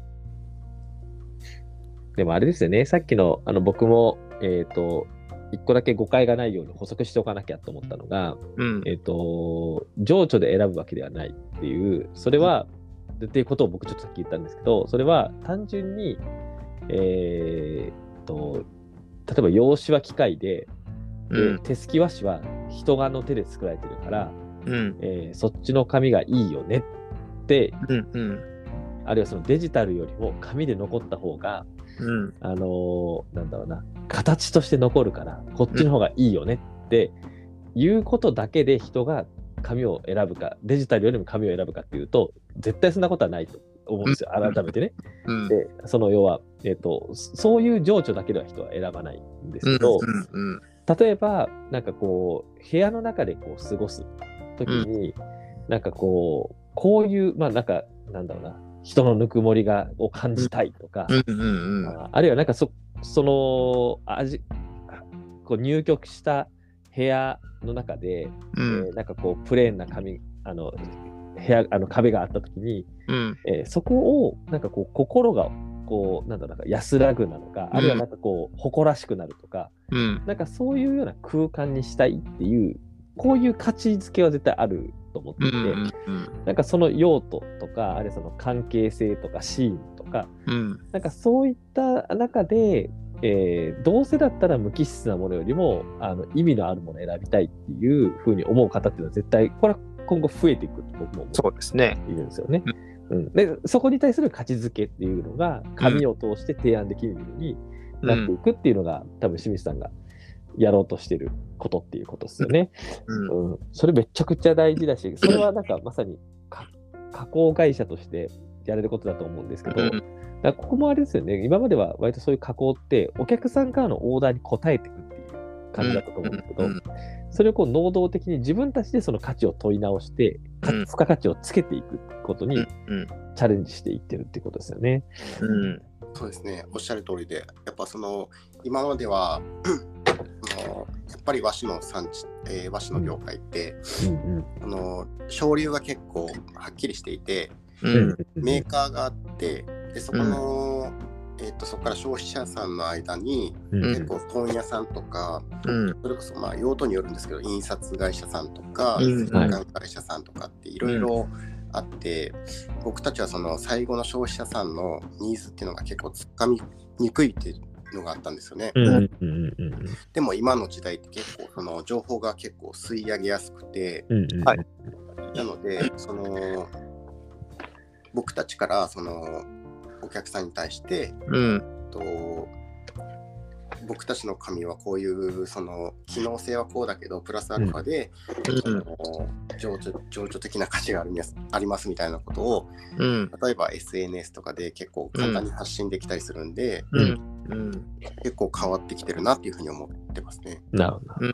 [SPEAKER 1] でもあれですよね、さっきのあの僕もえっと一個だけ誤解がないように補足しておかなきゃと思ったのが、うん、えっと情緒で選ぶわけではないっていう、それは、うん、っていうことを僕ちょっとさっき言ったんですけど、それは単純にえー、っと例えば用紙は機械で、で、うん、手すき和紙は人がの手で作られてるから、うんえー、そっちの紙がいいよねって、うんうん、あるいはそのデジタルよりも紙で残った方が、うん、あのー、なんだろうな、形として残るからこっちの方がいいよねっていうことだけで人が紙を選ぶか、デジタルよりも紙を選ぶかっていうと絶対そんなことはないと思うんですよ、改めてね、うん、でその要は、えーと、そういう情緒だけでは人は選ばないんですけど、うんうんうん、例えばなんかこう部屋の中でこう過ごす時に、うん、なんかこうこういうまあなんかなんだろうな、人のぬくもりがを感じたいとか、うんうんうん、あ, あるいはなんか そ, その味こう入居した部屋の中で、うんえー、なんかこうプレーンな紙あの部屋あの壁があったときに、うんえー、そこをなんかこう心がこうなんだろう、なんか安らぐなのか、うん、あるいはなんかこう誇らしくなるとか、うん、なんかそういうような空間にしたいっていうこういう価値づけは絶対あると思っていて、うんうんうん、なんかその用途とか、あるいはその関係性とかシーンとか、うん、なんかそういった中で、えー、どうせだったら無機質なものよりもあの意味のあるものを選びたいっていうふうに思う方っていうのは絶対これは今後増えていくと僕も思っているんですよね。うん、でそこに対する価値づけっていうのが紙を通して提案できるようになっていくっていうのが、うん、多分清水さんがやろうとしてることっていうことですよね。
[SPEAKER 3] うん
[SPEAKER 1] うん、それめちゃくちゃ大事だし、それはなんかまさに加工会社としてやれることだと思うんですけど、うん、だからここもあれですよね、今までは割とそういう加工ってお客さんからのオーダーに応えていくっていう感じだったと思うんですけど、うんうん、それをこう能動的に自分たちでその価値を問い直して、うん、付加価値をつけていくことにチャレンジしていってるっていうことですよね。
[SPEAKER 2] うん、そうですね、おっしゃる通りで、やっぱその今まではやっぱり和紙の産地、えー、和紙の業界って、うんうん、あの省流が結構はっきりしていて、うん、メーカーがあって、でそこの、うん、えーと、そこから消費者さんの間に、うん、結構問屋さんとか、うん、それこそまあ用途によるんですけど印刷会社さんとか印鑑会社さんとかっていろいろあって、うん、僕たちはその最後の消費者さんのニーズっていうのが結構つかみにくいっていうのがあったんですよね、うんうんうん、でも今の時代って結構その情報が結構吸い上げやすくて、うんうん、はい、なのでその僕たちからそのお客さんに対して、うん、と僕たちの紙はこういうその機能性はこうだけどプラスアルファで、うん、その情緒、情緒的な価値があります、ありますみたいなことを、うん、例えば エスエヌエス とかで結構簡単に発信できたりするんで、うんうん、結構変わってきてるなっていうふうに思ってますね。
[SPEAKER 1] なるほど。
[SPEAKER 3] うん、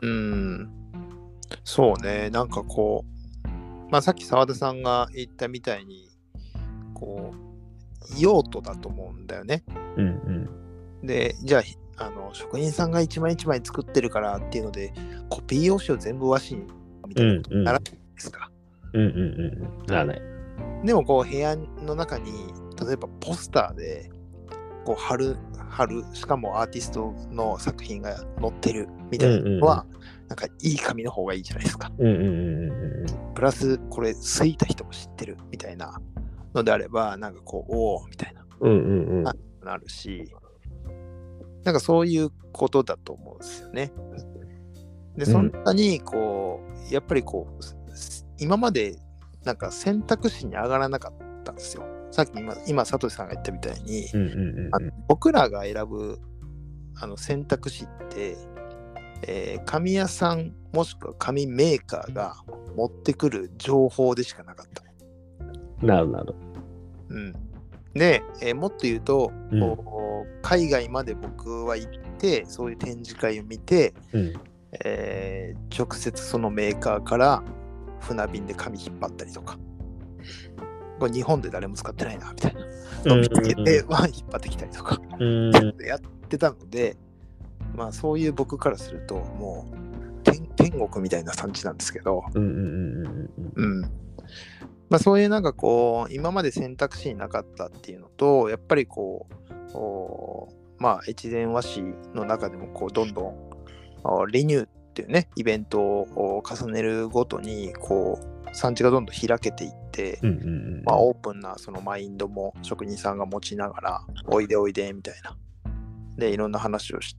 [SPEAKER 3] そうね、なんかこう、まあ、さっき澤田さんが言ったみたいにこう用途だと思うんだよね。うんうん、でじゃああの職人さんが一枚一枚作ってるからっていうのでコピー用紙を全部和紙みたいなことにならないですか。
[SPEAKER 1] うんうんうん、ならない。
[SPEAKER 3] でもこう部屋の中に例えばポスターでこう貼る貼るしかもアーティストの作品が載ってるみたいなのは、うんうんうん、なんかいい紙の方がいいじゃないですか。うんうんうんうん、プラスこれ好いた人も知ってるみたいなのであればなんかこうおおみたいな、うんうんうん、なるし。なんかそういうことだと思うんですよね。で、そんなにこう、うん、やっぱりこう、今までなんか選択肢に上がらなかったんですよ。さっき今、今サトシさんが言ったみたいに、うんうんうんうん、あの僕らが選ぶあの選択肢って、えー、紙屋さんもしくは紙メーカーが持ってくる情報でしかなかった。
[SPEAKER 1] なるほど。
[SPEAKER 3] うん。で、えー、もっと言うと、うん、海外まで僕は行ってそういう展示会を見て、うんえー、直接そのメーカーから船便で紙引っ張ったりとかこれ日本で誰も使ってないなみたいなのを見つけて、うん、引っ張ってきたりとか、うん、やってたのでまあそういう僕からするともう 天, 天国みたいな産地なんですけどうんうんうんうんまあ、そういうなんかこう今まで選択肢になかったっていうのとやっぱりこうまあ越前和紙の中でもこうどんどんリニューっていうねイベントを重ねるごとにこう産地がどんどん開けていって、うんうんうんまあ、オープンなそのマインドも職人さんが持ちながらおいでおいでみたいなでいろんな話をして、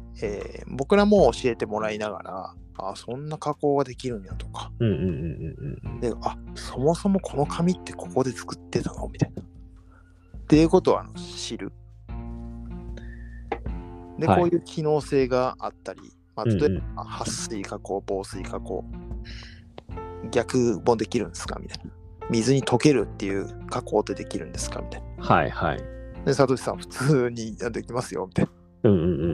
[SPEAKER 3] えー、僕らも教えてもらいながらあそんな加工ができるんやとか、うんうんうんうん、であそもそもこの紙ってここで作ってたのみたいなっていうことをあの知るで、はい、こういう機能性があったり、まあ、例えば、うんうん、撥水加工防水加工逆もできるんですかみたいな水に溶けるっていう加工ってできるんですかみたいな
[SPEAKER 1] はいはい
[SPEAKER 3] でサトシさん普通にできますよみたいな、うんうんうんうん、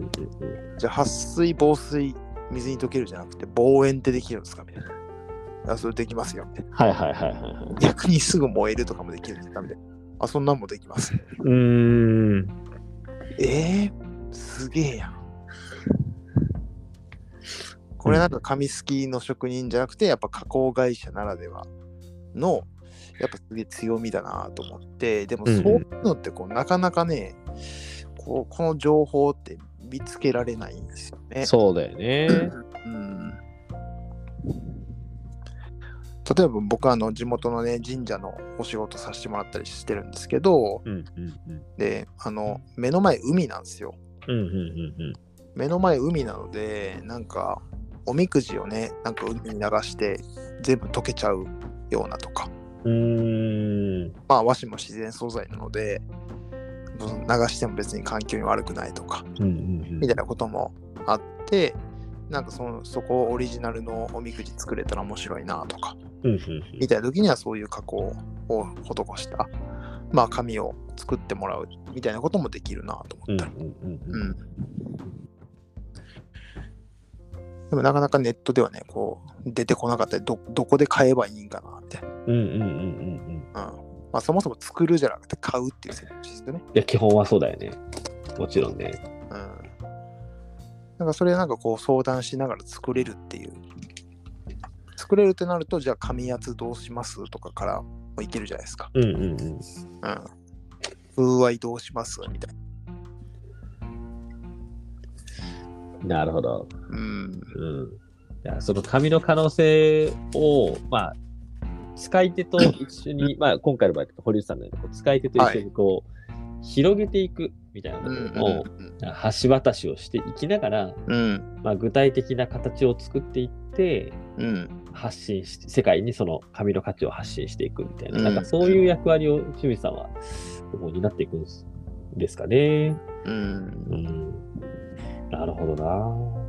[SPEAKER 3] じゃあ撥水防水水に溶けるじゃなくて防煙ってできるんですかみたいな。あ、それできますよみたいな。はいはいはいはい。逆にすぐ燃えるとかもできるんですかみたいな。あ、そんなんもできます。うーん。えー、すげえやん。これなんか紙すきの職人じゃなくてやっぱ加工会社ならではのやっぱすげえ強みだなと思って、でもそういうのってこうなかなかね、こうこの情報って見つけられないんですよね。
[SPEAKER 1] そうだよね。うん、
[SPEAKER 3] 例えば僕はあの地元のね神社のお仕事させてもらったりしてるんですけど、うんうんうん、であの目の前海なんですよ、うんうんうんうん。目の前海なのでなんかおみくじをねなんか海に流して全部溶けちゃうようなとか、うーんまあ和紙も自然素材なので流しても別に環境に悪くないとか、うんうんうん、みたいなこともあって、なんか そ, そこをオリジナルのおみくじ作れたら面白いなとか、
[SPEAKER 1] うんうんうん、
[SPEAKER 3] みたいな時にはそういう加工を施した、まあ、紙を作ってもらうみたいなこともできるなと思ったり、でもなかなかネットではね、こう出てこなかったり、 ど, どこで買えばいいんかなって、うんうんうんうんうん、まあ、そもそも作るじゃなくて買うっていう選択肢ですよね。
[SPEAKER 1] いや基本はそうだよね、もちろんね。うん、
[SPEAKER 3] なんかそれなんかこう相談しながら作れるっていう、作れるってなると、じゃあ紙やつどうしますとかからもいけるじゃないですか。うんうんうん。うん。風合いどうしますみたい
[SPEAKER 1] な。なるほど。うん。うん。いや、その紙の可能性を、まあ、使い手と一緒に、まあ、今回の場合、堀内さんのように使い手と一緒にこう、はい、広げていくみたいなところを、橋渡しをしていきながら、うん、まあ、具体的な形を作っていって、うん、発信して、世界にその紙の価値を発信していくみたいな、うん、なんかそういう役割を清水さんは担っていくんですかね。うん。うん、なるほどな。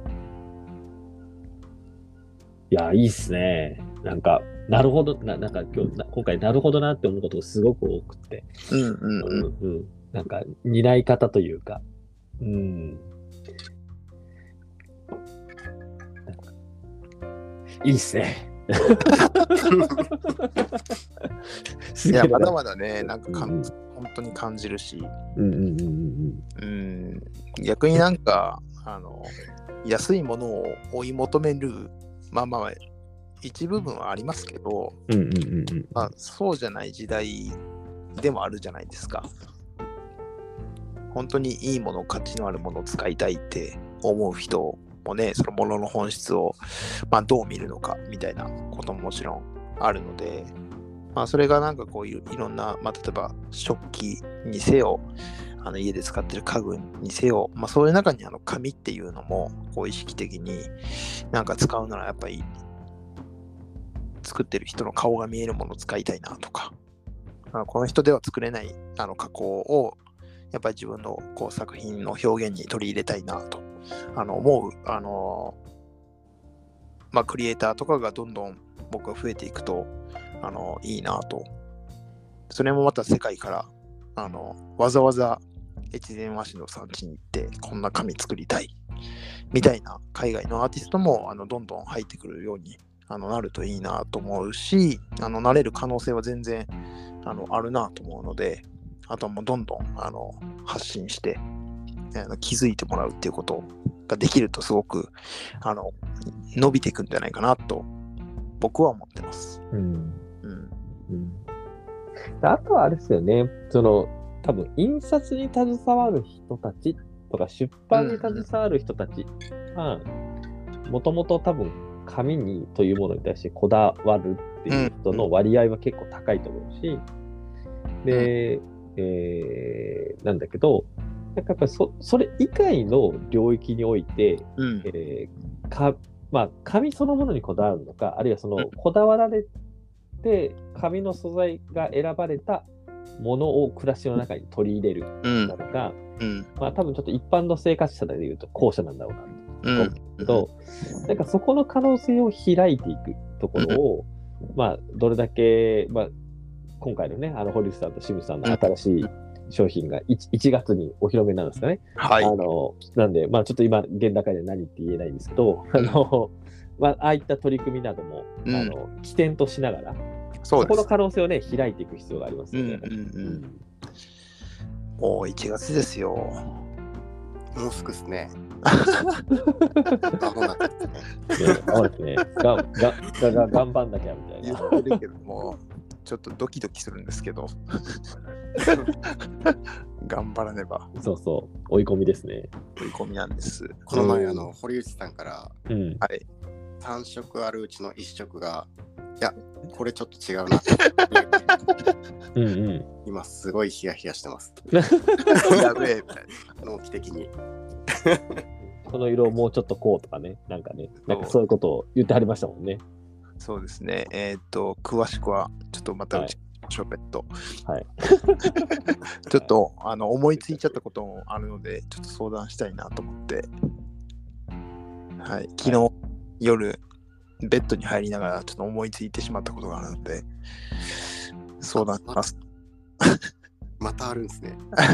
[SPEAKER 1] いや、いいっすね。なんか、なるほどな、なんか今日、今回なるほどなって思うことがすごく多くて。うんうんうん。うんうん、なんか、担い方というか、うん。いいっすね。
[SPEAKER 3] いや、まだまだね、なんかかん、うん、本当に感じるし、うんうんうんうん、うん、逆になんか、あの、安いものを追い求める、まあまあ、一部分はありますけど、うんうんうんうんまあ、そうじゃない時代でもあるじゃないですか。本当にいいもの、価値のあるものを使いたいって思う人もね、そのものの本質を、まあ、どう見るのかみたいなことももちろんあるので、まあ、それがなんかこういういろんな、まあ、例えば食器にせよ、あの家で使ってる家具にせよ、まあ、そういう中にあの紙っていうのもこう意識的になんか使うならやっぱり作ってる人の顔が見えるものを使いたいなとか、あのこの人では作れないあの加工をやっぱり自分のこう作品の表現に取り入れたいなとあの思う、あのまあ、クリエイターとかがどんどん僕が増えていくとあのいいなと。それもまた世界からあのわざわざ越前和紙の産地に行ってこんな紙作りたいみたいな海外のアーティストもあのどんどん入ってくるようにあのなるといいなと思うし、あのなれる可能性は全然あのあるなと思うので、あとはもうどんどんあの発信してあの気づいてもらうっていうことができるとすごくあの伸びていくんじゃないかなと僕は思ってます。うん
[SPEAKER 1] うんうん、あとはあれですよね、その多分印刷に携わる人たちとか出版に携わる人たちはもともと多分紙にというものに対してこだわるっていう人の割合は結構高いと思うし、うん、で、うんえー、なんだけど、なんかやっぱり そ, それ以外の領域において、うんえーかまあ、紙そのものにこだわるのか、あるいはそのこだわられて紙の素材が選ばれたものを暮らしの中に取り入れるなのか、うんうんまあ、多分ちょっと一般の生活者でいうと後者なんだろうなと思うけど、うん、なんかそこの可能性を開いていくところを、うんまあ、どれだけ、まあ、今回のね、あの堀内さんと清水さんの新しい商品が 1, いちがつにお披露目なんですかね。はい。あのなんで、まあ、ちょっと今現段階で何って言えないんですけど、うん、あのまあ、ああいった取り組みなども、うん、あの起点としながら、そ, そこの可能性をね開いていく必要がありますよね。うんうんうん、
[SPEAKER 3] もういちがつですよ。
[SPEAKER 2] もうすぐですね。
[SPEAKER 3] 間もなくですね。
[SPEAKER 1] そうですね。がががが頑張んなきゃみたいな。
[SPEAKER 3] 言ってるけどもちょっとドキドキするんですけど。頑張らねば。
[SPEAKER 1] そうそう。追い込みですね。
[SPEAKER 3] 追い込みなんです。
[SPEAKER 2] この前あの堀内さんから、
[SPEAKER 3] うん、はい。
[SPEAKER 2] さん色あるうちのいっ色がいやこれちょっと違うなうん、うん、今すごいヒヤヒヤしてます
[SPEAKER 3] やべえみたい
[SPEAKER 2] な納期的に
[SPEAKER 1] この色をもうちょっとこうとかねなんかねなんかそういうことを言ってはりましたもんね。
[SPEAKER 3] そうですねえー、っと詳しくはちょっとまたうちショーペットはいちょっとあの思いついちゃったこともあるのでちょっと相談したいなと思ってはい、昨日夜ベッドに入りながらちょっと思いついてしまったことがあるので相談します。
[SPEAKER 2] またあるんですね。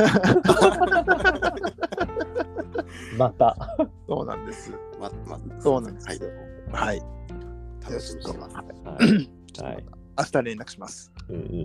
[SPEAKER 1] また。
[SPEAKER 3] そうなんです。
[SPEAKER 2] まま
[SPEAKER 3] そうなんです。はい。はい。
[SPEAKER 2] 楽しみにしてます。はい。
[SPEAKER 3] はい、明日連絡します。
[SPEAKER 1] うんうんうんうん。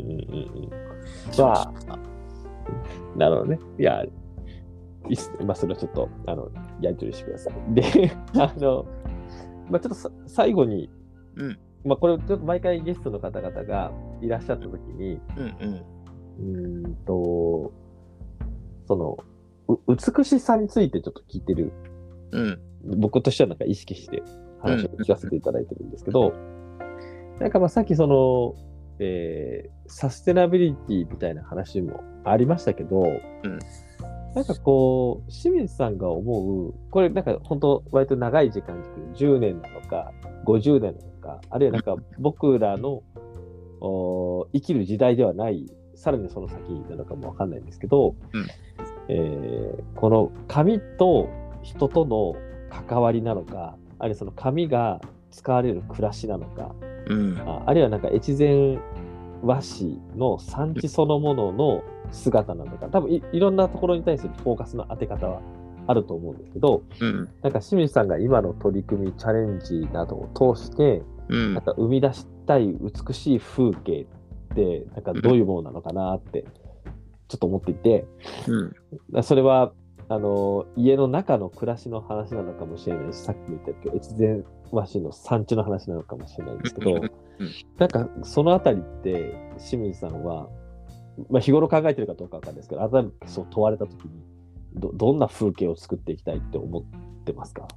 [SPEAKER 1] まあ、なるほどね。いや、いいっすね。まあ、それはちょっと、あの、やり取りしてください。で、あの、まあ、ちょっとさ最後に、
[SPEAKER 3] うん、
[SPEAKER 1] まあ、これ、ちょっと毎回ゲストの方々がいらっしゃったときに、
[SPEAKER 3] うんうん、
[SPEAKER 1] うーんと、その、美しさについてちょっと聞いてる、
[SPEAKER 3] うん、
[SPEAKER 1] 僕としてはなんか意識して話を聞かせていただいてるんですけど、うん、なんかまあさっきその、えー、サステナビリティみたいな話もありましたけど、
[SPEAKER 3] うん、
[SPEAKER 1] なんかこう、清水さんが思う、これなんか本当割と長い時間軸、じゅうねんなのか、ごじゅうねんなのか、あるいはなんか僕らの生きる時代ではない、さらにその先なのかもわかんないんですけど、
[SPEAKER 3] うん
[SPEAKER 1] えー、この紙と人との関わりなのか、あるいはその紙が使われる暮らしなのか、
[SPEAKER 3] うん、
[SPEAKER 1] あ, あるいはなんか越前和紙の産地そのものの姿なのか、多分 い, いろんなところに対するフォーカスの当て方はあると思うんですけど、
[SPEAKER 3] うん、
[SPEAKER 1] なんか清水さんが今の取り組み、チャレンジなどを通して、
[SPEAKER 3] うん、
[SPEAKER 1] なんか生み出したい美しい風景ってなんかどういうものなのかなってちょっと思っていて、
[SPEAKER 3] うん、
[SPEAKER 1] それはあの家の中の暮らしの話なのかもしれないし、さっきも言ったけど越前和紙の産地の話なのかもしれないんですけど、
[SPEAKER 3] うん、
[SPEAKER 1] なんかそのあたりって清水さんは、まあ、日頃考えてるかどうかわかんないですけど、改めてそう問われたときに ど, どんな風景を作っていきたいって思ってますか？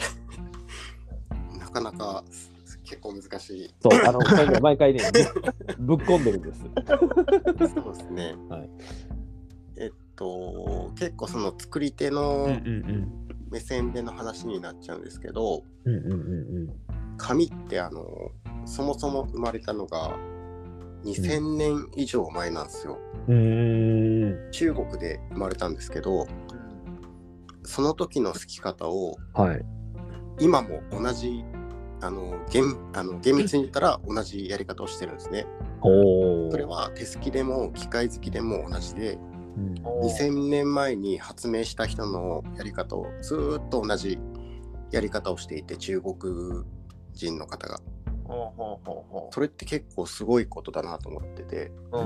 [SPEAKER 2] なかなか結構難しい。
[SPEAKER 1] そう、あの毎回ねぶ, ぶっ込んでるんです。
[SPEAKER 2] そうですね。
[SPEAKER 1] はい、
[SPEAKER 2] えっと結構その作り手の目線での話になっちゃうんですけど、
[SPEAKER 1] うんうんうんうん、
[SPEAKER 2] 紙ってあのそもそも生まれたのがにせんねん以上前なんですよ。
[SPEAKER 1] うーん、
[SPEAKER 2] 中国で生まれたんですけど、その時のすき方を、
[SPEAKER 1] はい、
[SPEAKER 2] 今も同じあの 厳, あの厳密に言ったら同じやり方をしてるんですね。
[SPEAKER 1] お
[SPEAKER 2] それは手すきでも機械好きでも同じで、
[SPEAKER 1] うん、
[SPEAKER 2] にせんねんまえに発明した人のやり方をずっと同じやり方をしていて、中国人の方が。それって結構すごいことだなと思ってて、
[SPEAKER 3] うん、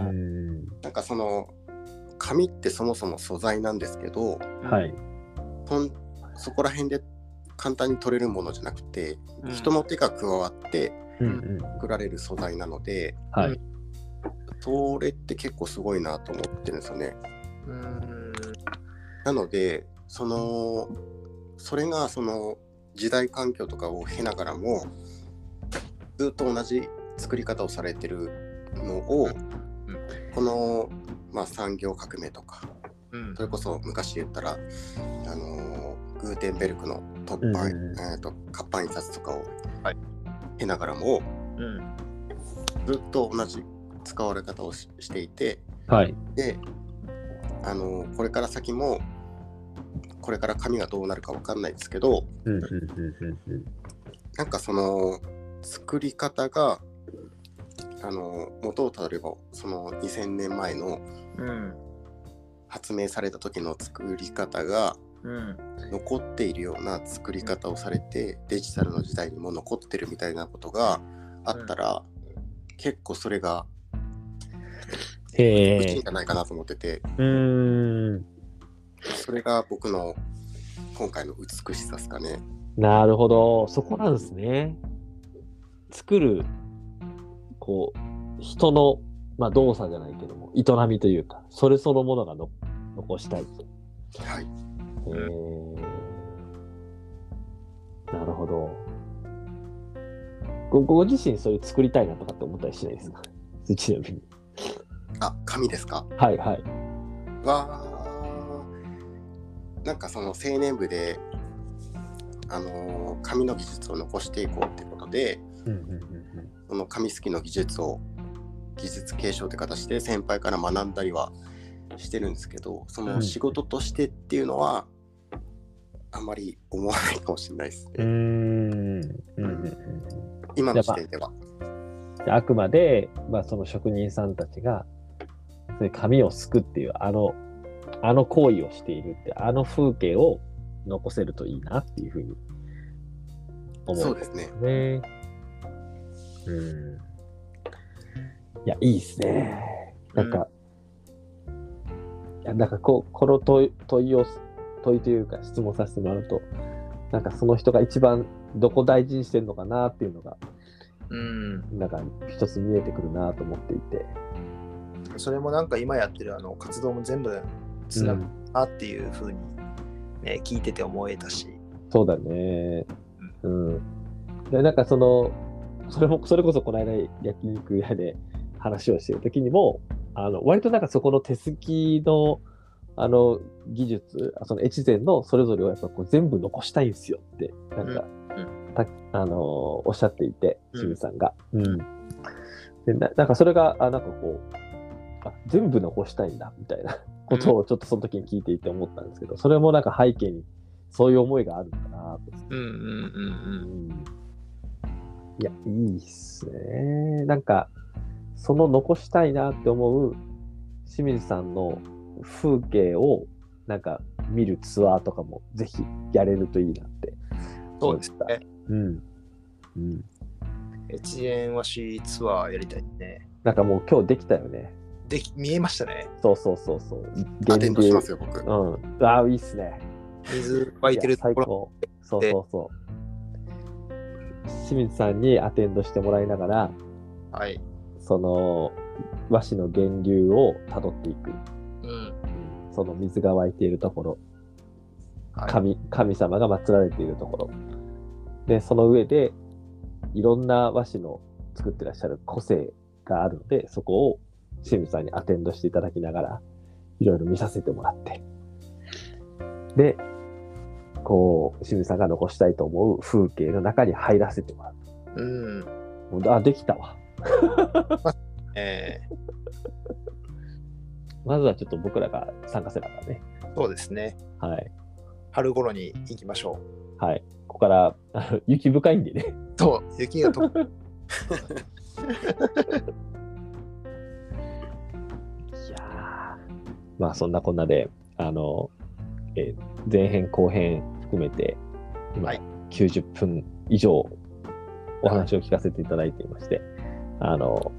[SPEAKER 2] なんかその紙ってそもそも素材なんですけど、
[SPEAKER 1] はい、
[SPEAKER 2] そ, んそこら辺で簡単に取れるものじゃなくて、うん、人の手が加わって作られる素材なので、
[SPEAKER 1] うんうん、はい、
[SPEAKER 2] それって結構すごいなと思ってるんですよね。
[SPEAKER 3] うん、
[SPEAKER 2] なのでそのそれがその時代環境とかを経ながらもずっと同じ作り方をされてるのを、うん、この、まあ、産業革命とか、うん、それこそ昔言ったらあのグーテンベルクの突版、うんえー、と活版印刷とかを経ながらも、
[SPEAKER 3] うん、
[SPEAKER 2] ずっと同じ使われ方を し, していて、
[SPEAKER 1] はい、
[SPEAKER 2] であのこれから先もこれから紙がどうなるか分かんないですけど、
[SPEAKER 1] うんうんうんうん、
[SPEAKER 2] なんかその作り方があの元をたどればそのにせんねんまえの発明された時の作り方が残っているような作り方をされて、デジタルの時代にも残ってるみたいなことがあったら、結構それが美しいんじゃないかなと思ってて、
[SPEAKER 1] うーん、
[SPEAKER 2] それが僕の今回の美しさですかね。
[SPEAKER 1] なるほど、そこなんですね。作るこう人の、まあ、動作じゃないけども営みというか、それそのものがの残したいと。
[SPEAKER 2] はい。
[SPEAKER 1] えー、なるほど。ご, ご自身それ作りたいなとかって思ったりしないですか？ちなみに。
[SPEAKER 2] あ、紙ですか？
[SPEAKER 1] はいはい。
[SPEAKER 2] わー、なんかその青年部であのー、紙の技術を残していこうってことで、
[SPEAKER 1] うんうんうんうん、
[SPEAKER 2] その紙すきの技術を技術継承って形で先輩から学んだりはしてるんですけど、その仕事としてっていうのは、 あんまり思わないかもしれないですね。
[SPEAKER 1] うーん。うんうんうん、
[SPEAKER 2] 今の時点では。
[SPEAKER 1] あくまで、まあ、その職人さんたちが、そういう紙をすくっていう、あの、あの行為をしているって、あの風景を残せるといいなっていうふうに思う、ね。
[SPEAKER 2] そうですね。
[SPEAKER 1] うん。いや、いいですね。なんか、うん、いやなんかこう、この問い、問いを、問いというか質問させてもらうと、なんかその人が一番どこ大事にしてるのかなっていうのが、うん、なんか一つ見えてくるなと思っていて。
[SPEAKER 3] それもなんか今やってるあの活動も全部つながったっていうふうに、ね、聞いてて思えたし。
[SPEAKER 1] そうだね。うん。で、なんかその、それも、それこそこの間焼肉屋で話をしてる時にも、あの、割となんかそこの手すきの、あの、技術、その越前のそれぞれをやっぱこう全部残したいんですよって、なんか、うん、たあのー、おっしゃっていて、清水さんが。うん。うん、でな、なんかそれが、あ、なんかこう、あ、全部残したいんだ、みたいなことをちょっとその時に聞いていて思ったんですけど、それもなんか背景にそういう思いがあるんだなと。うんうんうんうん。いや、いいっすね。なんか、その残したいなって思う清水さんの風景をなんか見るツアーとかもぜひやれるといいなって
[SPEAKER 3] そうですね。
[SPEAKER 1] うんうん。
[SPEAKER 3] 越前和紙ツアーやりたいね。
[SPEAKER 1] なんかもう今日できたよね。
[SPEAKER 3] でき見えましたね。
[SPEAKER 1] そうそうそうそう。
[SPEAKER 2] アテンドしますよ僕。
[SPEAKER 1] うん。ああいいっすね。
[SPEAKER 3] 水湧いてるところ。
[SPEAKER 1] 最高。そうそうそう。清水さんにアテンドしてもらいながら、
[SPEAKER 3] はい。
[SPEAKER 1] その和紙の源流をたどっていく。うん。その水が湧いているところ、はい、神、神様が祀られているところで、その上でいろんな和紙の作ってらっしゃる個性があるので、そこを清水さんにアテンドしていただきながらいろいろ見させてもらって、でこう清水さんが残したいと思う風景の中に入らせてもらう。うん。あ、できたわ。えーまずはちょっと僕らが参加せながらね。
[SPEAKER 3] そうですね。
[SPEAKER 1] はい。
[SPEAKER 3] 春頃に行きましょ
[SPEAKER 1] う。はい。ここからあの雪深いんでね。
[SPEAKER 3] そう、雪がと。い
[SPEAKER 1] やまあそんなこんなで、あの、えー、前編後編含めて今、はい、きゅうじゅっぷん以上お話を聞かせていただいていまして、あの、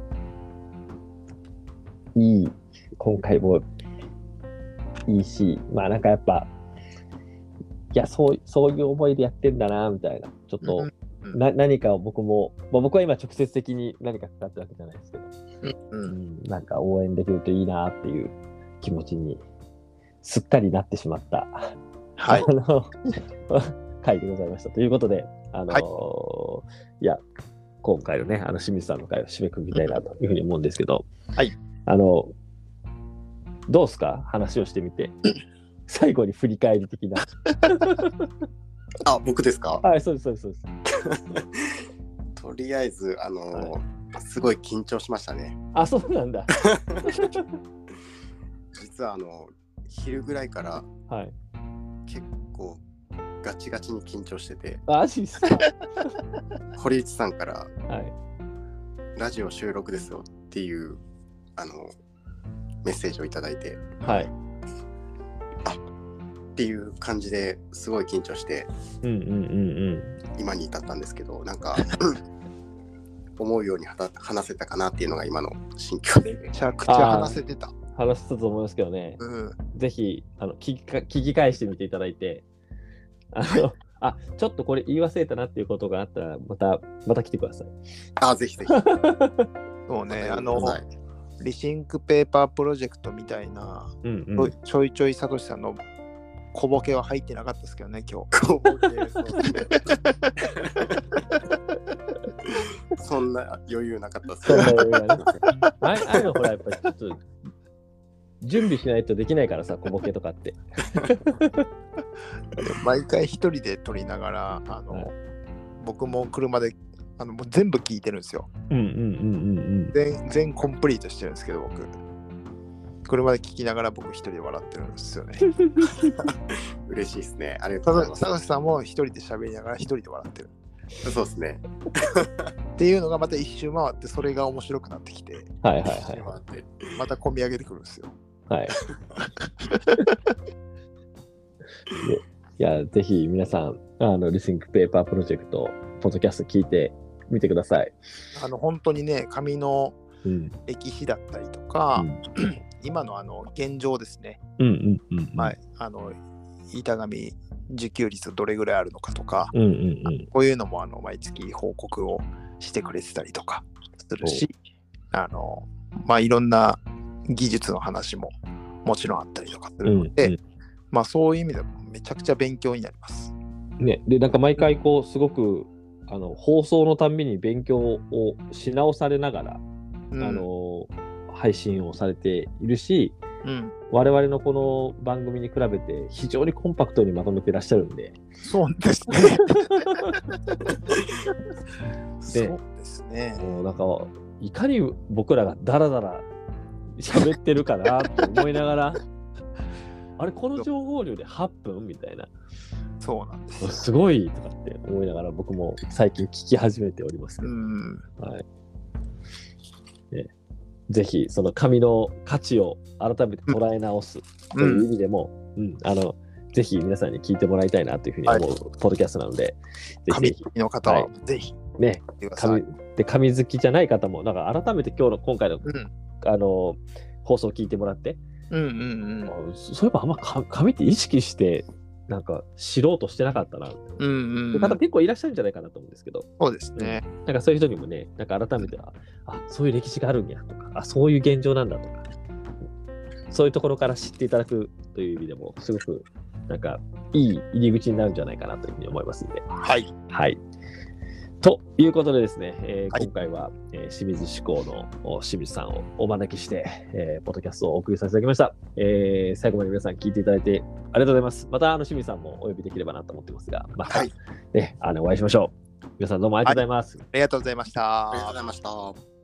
[SPEAKER 1] いい。今回もいいし、まあなんかやっぱ、いや、そう、そういう思いでやってんだな、みたいな、ちょっと、うんうん、な何かを僕も、まあ、僕は今直接的に何かかかってるわけじゃないですけど、うんうん、なんか応援できるといいなっていう気持ちに、すっかりなってしまった、はい、あの回でございました。ということで、あのーはい、いや、今回のね、あの清水さんの回を締めくくりたいなというふうに思うんですけど、はい。あの、どうすか話をしてみて。最後に振り返り的な。
[SPEAKER 2] あ、僕ですか？
[SPEAKER 1] はい、そうです、そうです、そうです。
[SPEAKER 2] とりあえず、あのーはい、すごい緊張しましたね。
[SPEAKER 1] あ、そうなんだ。
[SPEAKER 2] 実は、あの、昼ぐらいから、はい、結構ガチガチに緊張してて。
[SPEAKER 1] あ、マジっすか？
[SPEAKER 2] 堀内さんから、はい、ラジオ収録ですよっていう、あの、メッセージをいただいて、はい、あっていう感じですごい緊張して、うんうんうんうん、今に至ったんですけど、なんか思うように話せたかなっていうのが今の心境で。
[SPEAKER 3] めちゃくちゃ話せてた。
[SPEAKER 1] 話せたと思いますけどね。うん、ぜひあの聞きか聞き返してみていただいて、あの、はい、あ、ちょっとこれ言い忘れたなっていうことがあったらまたまた来てください。
[SPEAKER 2] あ、ぜひぜひ。
[SPEAKER 3] そうね、あの。リシンクペーパープロジェクトみたいな、うんうん、ちょいちょいさとしさんの小ボケは入ってなかったですけどね、今日。小ボケ、そう
[SPEAKER 2] そんな余裕なかったですね。
[SPEAKER 1] ああいうのほら、やっぱりちょっと準備しないとできないからさ、小ボケとかって。
[SPEAKER 3] 毎回一人で撮りながら、あの、はい、僕も車であのもう全部聞いてるんですよ。うんうんうんうんうん。全全コンプリートしてるんですけど僕。 車で聞きながら僕一人で笑ってるんですよね。
[SPEAKER 2] 嬉しいですね。ありがとうございます。
[SPEAKER 3] サトシさんも一人で喋りながら一人で笑ってる。
[SPEAKER 2] そうですね。
[SPEAKER 3] っていうのがまた一周回ってそれが面白くなってきて、
[SPEAKER 1] はいはいはい。
[SPEAKER 3] また込み上げてくるんですよ。
[SPEAKER 1] はい。いや、ぜひ皆さん、あの、リスニングペーパープロジェクト、ポッドキャスト聞いてみてください。
[SPEAKER 3] あの、本当にね、紙の歴史だったりとか、うん、今のあの、現状ですね。
[SPEAKER 1] うんうんうん、うん。
[SPEAKER 3] はい。あの、板紙自給率どれぐらいあるのかとか、
[SPEAKER 1] うんうんうん、
[SPEAKER 3] こういうのもあの毎月報告をしてくれてたりとかするし、あの、まあ、いろんな技術の話ももちろんあったりとかするので、うんうん、まあ、そういう意味でもめちゃくちゃ勉強になります。
[SPEAKER 1] ね、で、なんか毎回こう、すごくあの放送のたんびに勉強をし直されながら、うん、あの配信をされているし、うん、我々のこの番組に比べて非常にコンパクトにまとめてらっしゃるんで。
[SPEAKER 3] そうですね。そうですね。
[SPEAKER 1] もうなんかいかに僕らがダラダラ喋ってるかなと思いながらあれこの情報量ではっぷんみたいな。
[SPEAKER 3] そうなんです。
[SPEAKER 1] すごいとかって思いながら僕も最近聞き始めておりますけど。うん、はい。ね、ぜひその紙の価値を改めて捉え直すという意味でも、うんうん、あのぜひ皆さんに聞いてもらいたいなというふうに思う、はい、ポッドキャストなので、
[SPEAKER 3] ぜひ紙の方はぜひ、
[SPEAKER 1] はい、ね、紙で紙好きじゃない方もなんか改めて今日の今回の、うん、あの放送を聞いてもらって、
[SPEAKER 3] うんうんうん、
[SPEAKER 1] そういえばあんま紙って意識してなんか知ろうとしてなかったな、
[SPEAKER 3] うんうんうん、
[SPEAKER 1] 方結構いらっしゃるんじゃないかなと思うんですけど、
[SPEAKER 3] そうですね、
[SPEAKER 1] うん、なんかそういう人にもね、なんか改めてあそういう歴史があるんやとか、あそういう現状なんだとか、そういうところから知っていただくという意味でもすごくなんかいい入り口になるんじゃないかなというふうに思いますので、
[SPEAKER 3] はい
[SPEAKER 1] はい。ということでですね、えーはい、今回は、えー、清水志向の清水さんをお招きして、えー、ポッドキャストをお送りさせていただきました、えー。最後まで皆さん聞いていただいてありがとうございます。またあの清水さんもお呼びできればなと思ってますが、また、はいね、あのお会いしましょう。皆さんどうもありがとうございます。
[SPEAKER 3] はい、ありがとうございました。
[SPEAKER 2] ありがとうございました。